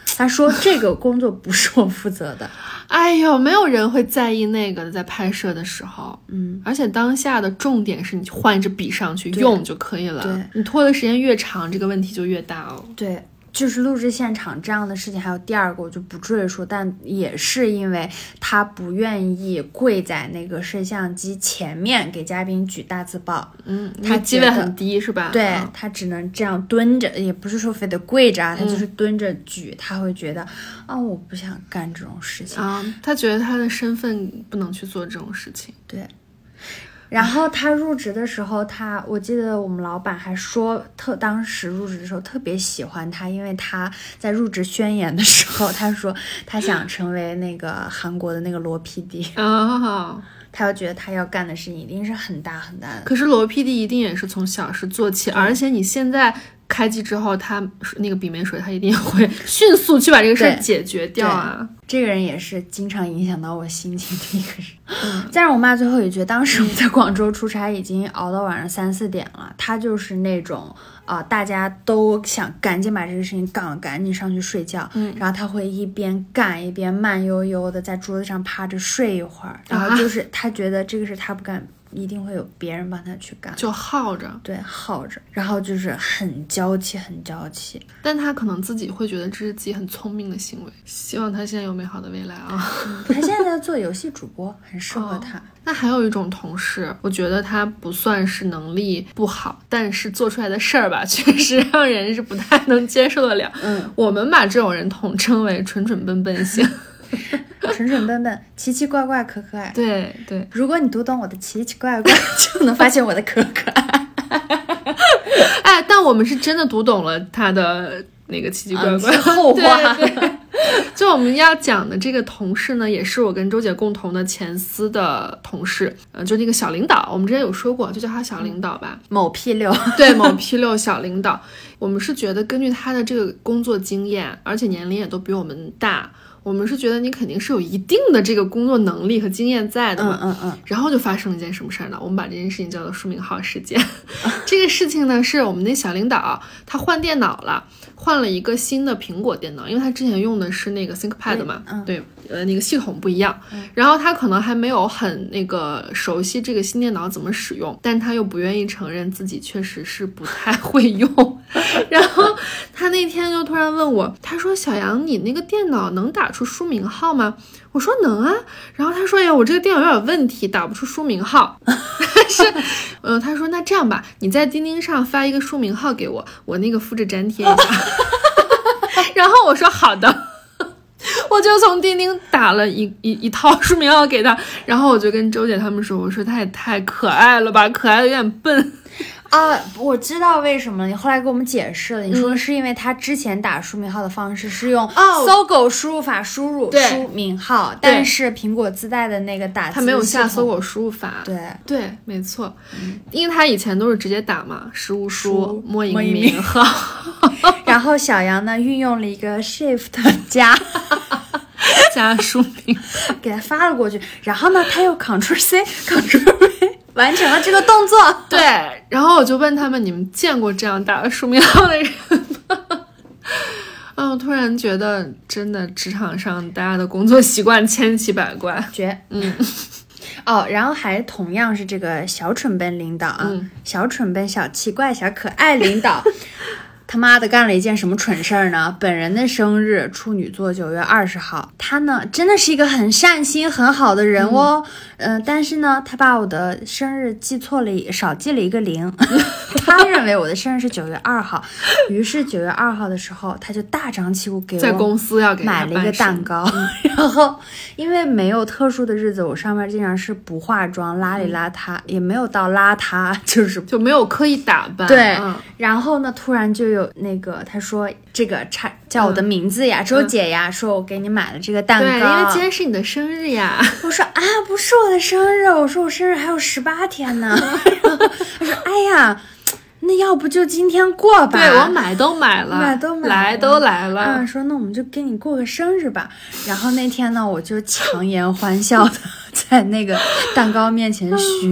他说这个工作不是我负责的。 哎呦，没有人会在意那个的，在拍摄的时候， 嗯， 而且当下的重点是你换一支笔上去用就可以了。 对， 你拖的时间越长，这个问题就越大哦。 对。就是录制现场这样的事情，还有第二个我就不赘述，但也是因为他不愿意跪在那个摄像机前面给嘉宾举大字报， 嗯， 他机位很低是吧？ 对、 嗯、 他只能这样蹲着，也不是说非得跪着啊，他就是蹲着举，嗯、他会觉得啊，我不想干这种事情啊，他觉得他的身份不能去做这种事情。 对。然后他入职的时候，他我记得我们老板还说，特当时入职的时候特别喜欢他，因为他在入职宣言的时候，他说他想成为那个韩国的那个罗 P D 啊， 他要觉得他要干的事情一定是很大很大的。 可是罗 P D 一定也是从小事做起，而且你现在开机之后，他那个笔没水，他一定会迅速去把这个事儿解决掉啊。 这个人也是经常影响到我心情的一个人。嗯，再让我骂最后一句，当时我们在广州出差，已经熬到晚上三四点了。他就是那种啊、呃，大家都想赶紧把这个事情干了，赶紧上去睡觉。嗯，然后他会一边干一边慢悠悠的在桌子上趴着睡一会儿，然后就是他觉得这个是他不干。一定会有别人帮他去干， 就耗着， 对，耗着，然后就是很娇气，很娇气。 但他可能自己会觉得这是自己很聪明的行为。希望他现在有美好的未来啊！ 嗯、他现在在做游戏主播，很适合他。哦、 那还有一种同事，我觉得他不算是能力不好，但是做出来的事儿吧，确实让人是不太能接受得了。 嗯， 我们把这种人统称为蠢蠢笨笨型。 蠢蠢笨笨，奇奇怪怪，可可爱。 对对， 如果你读懂我的奇奇怪怪，就能发现我的可可爱。 哎，但我们是真的读懂了他的那个奇奇怪怪、 嗯、后话。 对对，就我们要讲的这个同事呢，也是我跟周姐共同的前司的同事，呃，就那个小领导，我们之前有说过，就叫他小领导吧， 某 P 六， 对，某 P 六小领导。我们是觉得根据他的这个工作经验，而且年龄也都比我们大。我们是觉得你肯定是有一定的这个工作能力和经验在的嘛， 嗯嗯嗯。 然后就发生了一件什么事儿呢？我们把这件事情叫做书名号事件。这个事情呢，是我们那小领导他换电脑了，换了一个新的苹果电脑，因为他之前用的是那个 ThinkPad 嘛， 嗯、 对，呃，那个系统不一样。 嗯、 然后他可能还没有很那个熟悉这个新电脑怎么使用，但他又不愿意承认自己确实是不太会用。然后他那天就突然问我，他说：“小杨，你那个电脑能打出书名号吗？”我说能啊。然后他说：“呀，我这个电脑有点问题，打不出书名号。”是，呃，他说：“那这样吧，你在钉钉上发一个书名号给我，我那个复制粘贴一下。”然后我说：“好的。”我就从钉钉打了一一一套书名号给他，然后我就跟周姐他们说：“我说他也太可爱了吧，可爱的有点笨。” 啊，我知道为什么，你后来给我们解释了，你说是因为他之前打书名号的方式是用搜狗输入法输入书名号，但是苹果自带的那个打字他没有下搜狗输入法。 对对，没错、嗯，因为他以前都是直接打嘛，实物输摸一个名号。 然后小杨呢运用了一个 Shift 加加书名给他发了过去，然后呢他又 Ctrl C Ctrl V 完成了这个动作。 对，然后我就问他们，你们见过这样打书名号的人吗？啊，我突然觉得真的职场上大家的工作习惯千奇百怪， 绝。 嗯。 哦，然后还同样是这个小蠢笨领导啊、 嗯， 小蠢笨、小奇怪、小可爱领导。他妈的干了一件什么蠢事儿呢？本人的生日处女座九月二十号，他呢真的是一个很善心很好的人哦，嗯、呃，但是呢他把我的生日记错了，少记了一个零。他认为我的生日是九月二号，于是九月二号的时候他就大张旗鼓给我在公司要给买了一个蛋糕，然后因为没有特殊的日子，我上面经常是不化妆邋里邋遢、嗯、也没有到邋遢，就是就没有刻意打扮。 对、 嗯、 然后呢突然就有那个他说这个差叫我的名字呀、嗯、周姐呀、嗯、说我给你买了这个蛋糕， 对，因为今天是你的生日呀。 我说啊不是我的生日，我说我生日还有十八天呢。他说哎呀那要不就今天过吧， 对，我买都买了， 买都买了， 来都来了。 嗯，说那我们就给你过个生日吧。然后那天呢，我就强颜欢笑的在那个蛋糕面前许，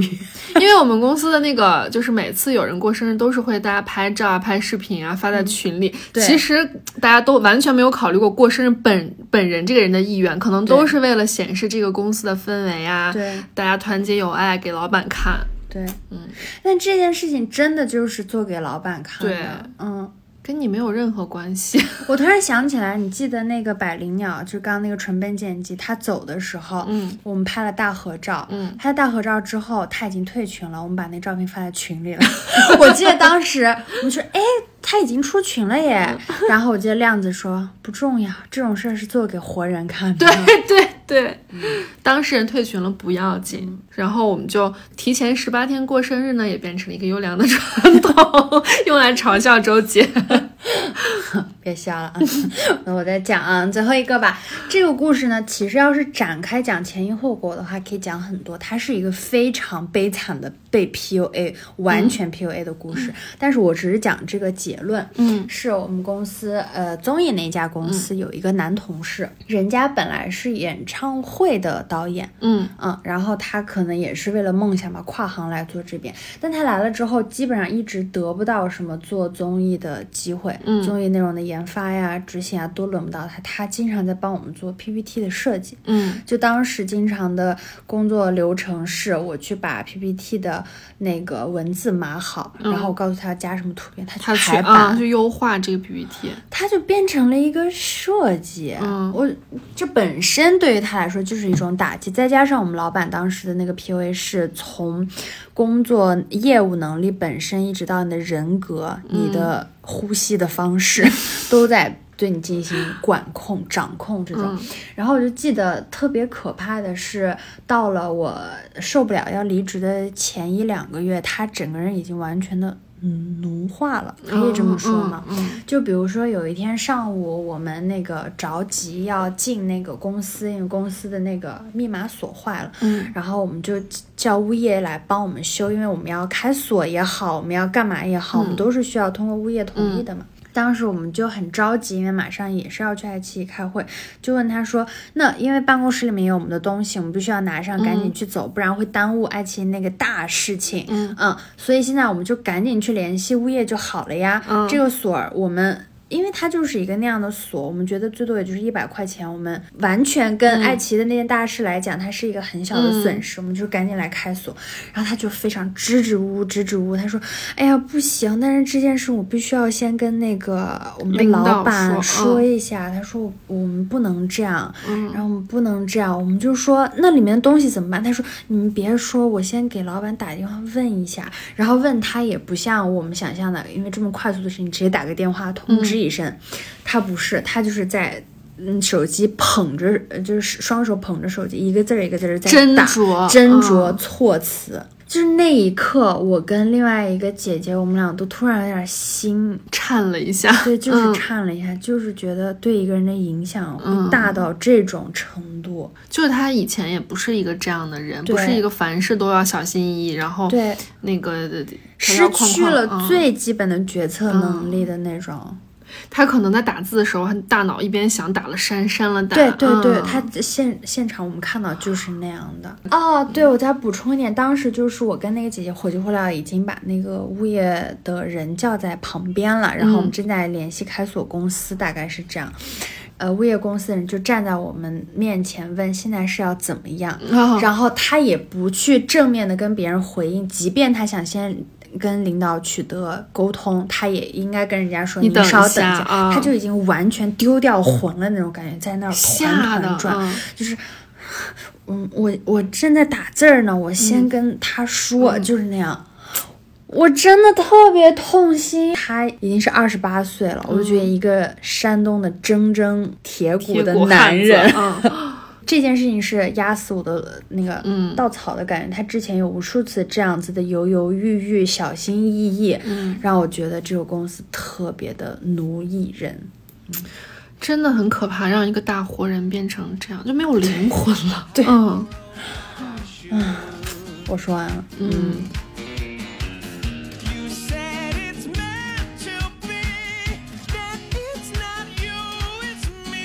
因为我们公司的那个就是每次有人过生日都是会大家拍照啊、拍视频啊发在群里、 嗯、 其实大家都完全没有考虑过过生日本本人这个人的意愿，可能都是为了显示这个公司的氛围啊， 对， 大家团结友爱给老板看。 对， 嗯， 但这件事情真的就是做给老板看的。 对， 嗯， 跟你没有任何关系。 我突然想起来，你记得那个百灵鸟，就刚刚那个纯本剪辑，他走的时候， 嗯， 我们拍了大合照， 嗯， 拍了大合照之后，他已经退群了，我们把那照片发在群里了。我记得当时我们说，哎，他已经出群了耶。然后我记得亮子说不重要，这种事儿是做给活人看的。 对对对、嗯、当事人退群了不要紧、嗯、然后我们就提前十八天过生日呢，也变成了一个优良的传统，用来嘲笑周姐。 别笑了啊！我在讲啊，最后一个吧。这个故事呢，其实要是展开讲前因后果的话，可以讲很多。它是一个非常悲惨的被 P U A 完全 P U A 的故事、嗯、但是我只是讲这个结论。嗯，是我们公司呃综艺那家公司有一个男同事、嗯、人家本来是演唱会的导演。嗯嗯，然后他可能也是为了梦想吧，跨行来做这边。但他来了之后，基本上一直得不到什么做综艺的机会。嗯，综艺内容的研发呀、执行啊都轮不到他，他经常在帮我们做 P P T 的设计。嗯，就当时经常的工作流程是我去把 P P T 的那个文字码好、嗯、然后我告诉他要加什么图片，他去排版、 啊、去优化这个 P P T， 他就变成了一个设计。嗯，我这本身对于他来说就是一种打击，再加上我们老板当时的那个 P U A 是从工作业务能力本身一直到你的人格、嗯、你的呼吸的方式都在对你进行管控掌控这种、嗯、然后我就记得特别可怕的是，到了我受不了要离职的前一两个月，他整个人已经完全的嗯奴化了，可以这么说吗？嗯嗯嗯、就比如说有一天上午我们那个着急要进那个公司，因为公司的那个密码锁坏了，嗯，然后我们就叫物业来帮我们修，因为我们要开锁也好，我们要干嘛也好、嗯、我们都是需要通过物业同意的嘛。嗯，当时我们就很着急，因为马上也是要去爱奇艺开会，就问他说，那因为办公室里面有我们的东西，我们必须要拿上，赶紧去走、嗯、不然会耽误爱奇艺那个大事情。嗯嗯，所以现在我们就赶紧去联系物业就好了呀。嗯，这个锁我们因为它就是一个那样的锁，我们觉得最多也就是一百块钱，我们完全跟爱奇艺的那件大事来讲、嗯、它是一个很小的损失、嗯、我们就赶紧来开锁。然后他就非常支支吾吾支支吾吾，他说哎呀不行，但是这件事我必须要先跟那个我们的老板说一下、嗯、他说我们不能这样、嗯、然后我们不能这样，我们就说那里面的东西怎么办，他说你们别说，我先给老板打电话问一下，然后问他也不像我们想象的，因为这么快速的事情直接打个电话通知一声、嗯，他不是，他就是在嗯手机捧着，就是双手捧着手机，一个字儿一个字儿在打斟酌斟酌措辞、嗯。就是那一刻，我跟另外一个姐姐，我们俩都突然有点心颤了一下。 对，就是颤了一下、嗯，就是觉得对一个人的影响会大到这种程度。 嗯、就是他以前也不是一个这样的人，不是一个凡事都要小心翼翼，然后对那个失去了最基本的决策能力的那种。嗯， 他可能在打字的时候，大脑一边想打了删，删了打。 对对对， 嗯、 他现现场我们看到就是那样的。哦，对，我再补充一点，当时就是我跟那个姐姐火急火燎已经把那个物业的人叫在旁边了，然后我们正在联系开锁公司，嗯、大概是这样。呃，物业公司的人就站在我们面前问现在是要怎么样、哦、然后他也不去正面的跟别人回应，即便他想先跟领导取得沟通，他也应该跟人家说你稍等一下、哦、他就已经完全丢掉魂了那种感觉，在那儿团团转、嗯、就是嗯，我我正在打字儿呢，我先跟他说、嗯、就是那样，我真的特别痛心。他已经是二十八岁了、嗯、我就觉得一个山东的铮铮铁骨的男人，这件事情是压死我的那个稻草的感觉、嗯、他之前有无数次这样子的犹犹豫豫小心翼翼、嗯、让我觉得这个公司特别的奴役人、嗯、 真的很可怕，让一个大活人变成这样就没有灵魂了。 对， 嗯嗯，我说完了。嗯，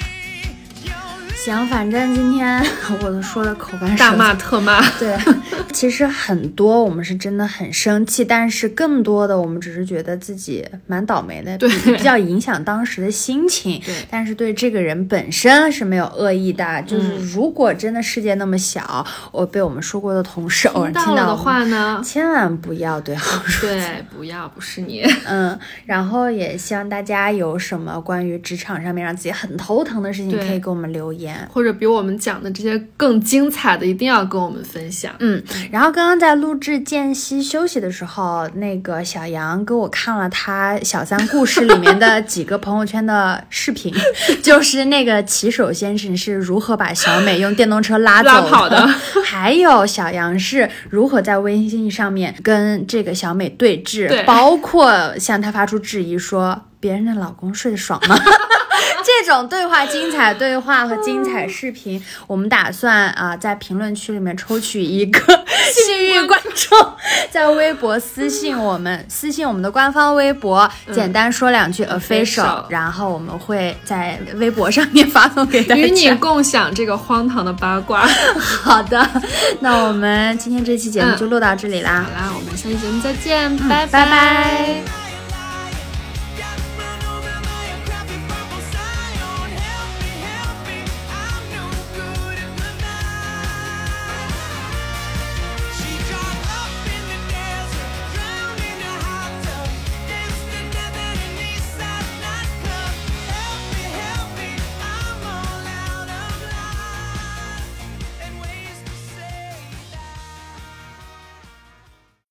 行，反正今天我都说的口干舌燥， 大骂特骂。 对， 其实很多我们是真的很生气，但是更多的我们只是觉得自己蛮倒霉的， 对， 比较影响当时的心情。 对， 但是对这个人本身是没有恶意的。就是如果真的世界那么小，我被我们说过的同事偶然听到了的话呢， 千万不要对号入座。 对，不要，不是你。 嗯，然后也希望大家有什么关于职场上面让自己很头疼的事情，可以给我们留言， 或者比我们讲的这些更精彩的，一定要跟我们分享。 嗯，然后刚刚在录制间隙休息的时候，那个小杨给我看了他小三故事里面的几个朋友圈的视频，就是那个骑手先生是如何把小美用电动车拉走的， 拉跑的还有小杨是如何在微信上面跟这个小美对峙， 对， 包括向她发出质疑说别人的老公睡得爽吗？这种对话精彩对话和精彩视频，我们打算啊、呃、在评论区里面抽取一个幸运观众，在微博私信我们，私信我们的官方微博，嗯、简单说两句 official， 然后我们会在微博上面发送给大家， 与你共享这个荒唐的八卦。 好的，那我们今天这期节目就录到这里啦。 嗯、好啦，我们下期节目再见， 嗯、 拜拜拜。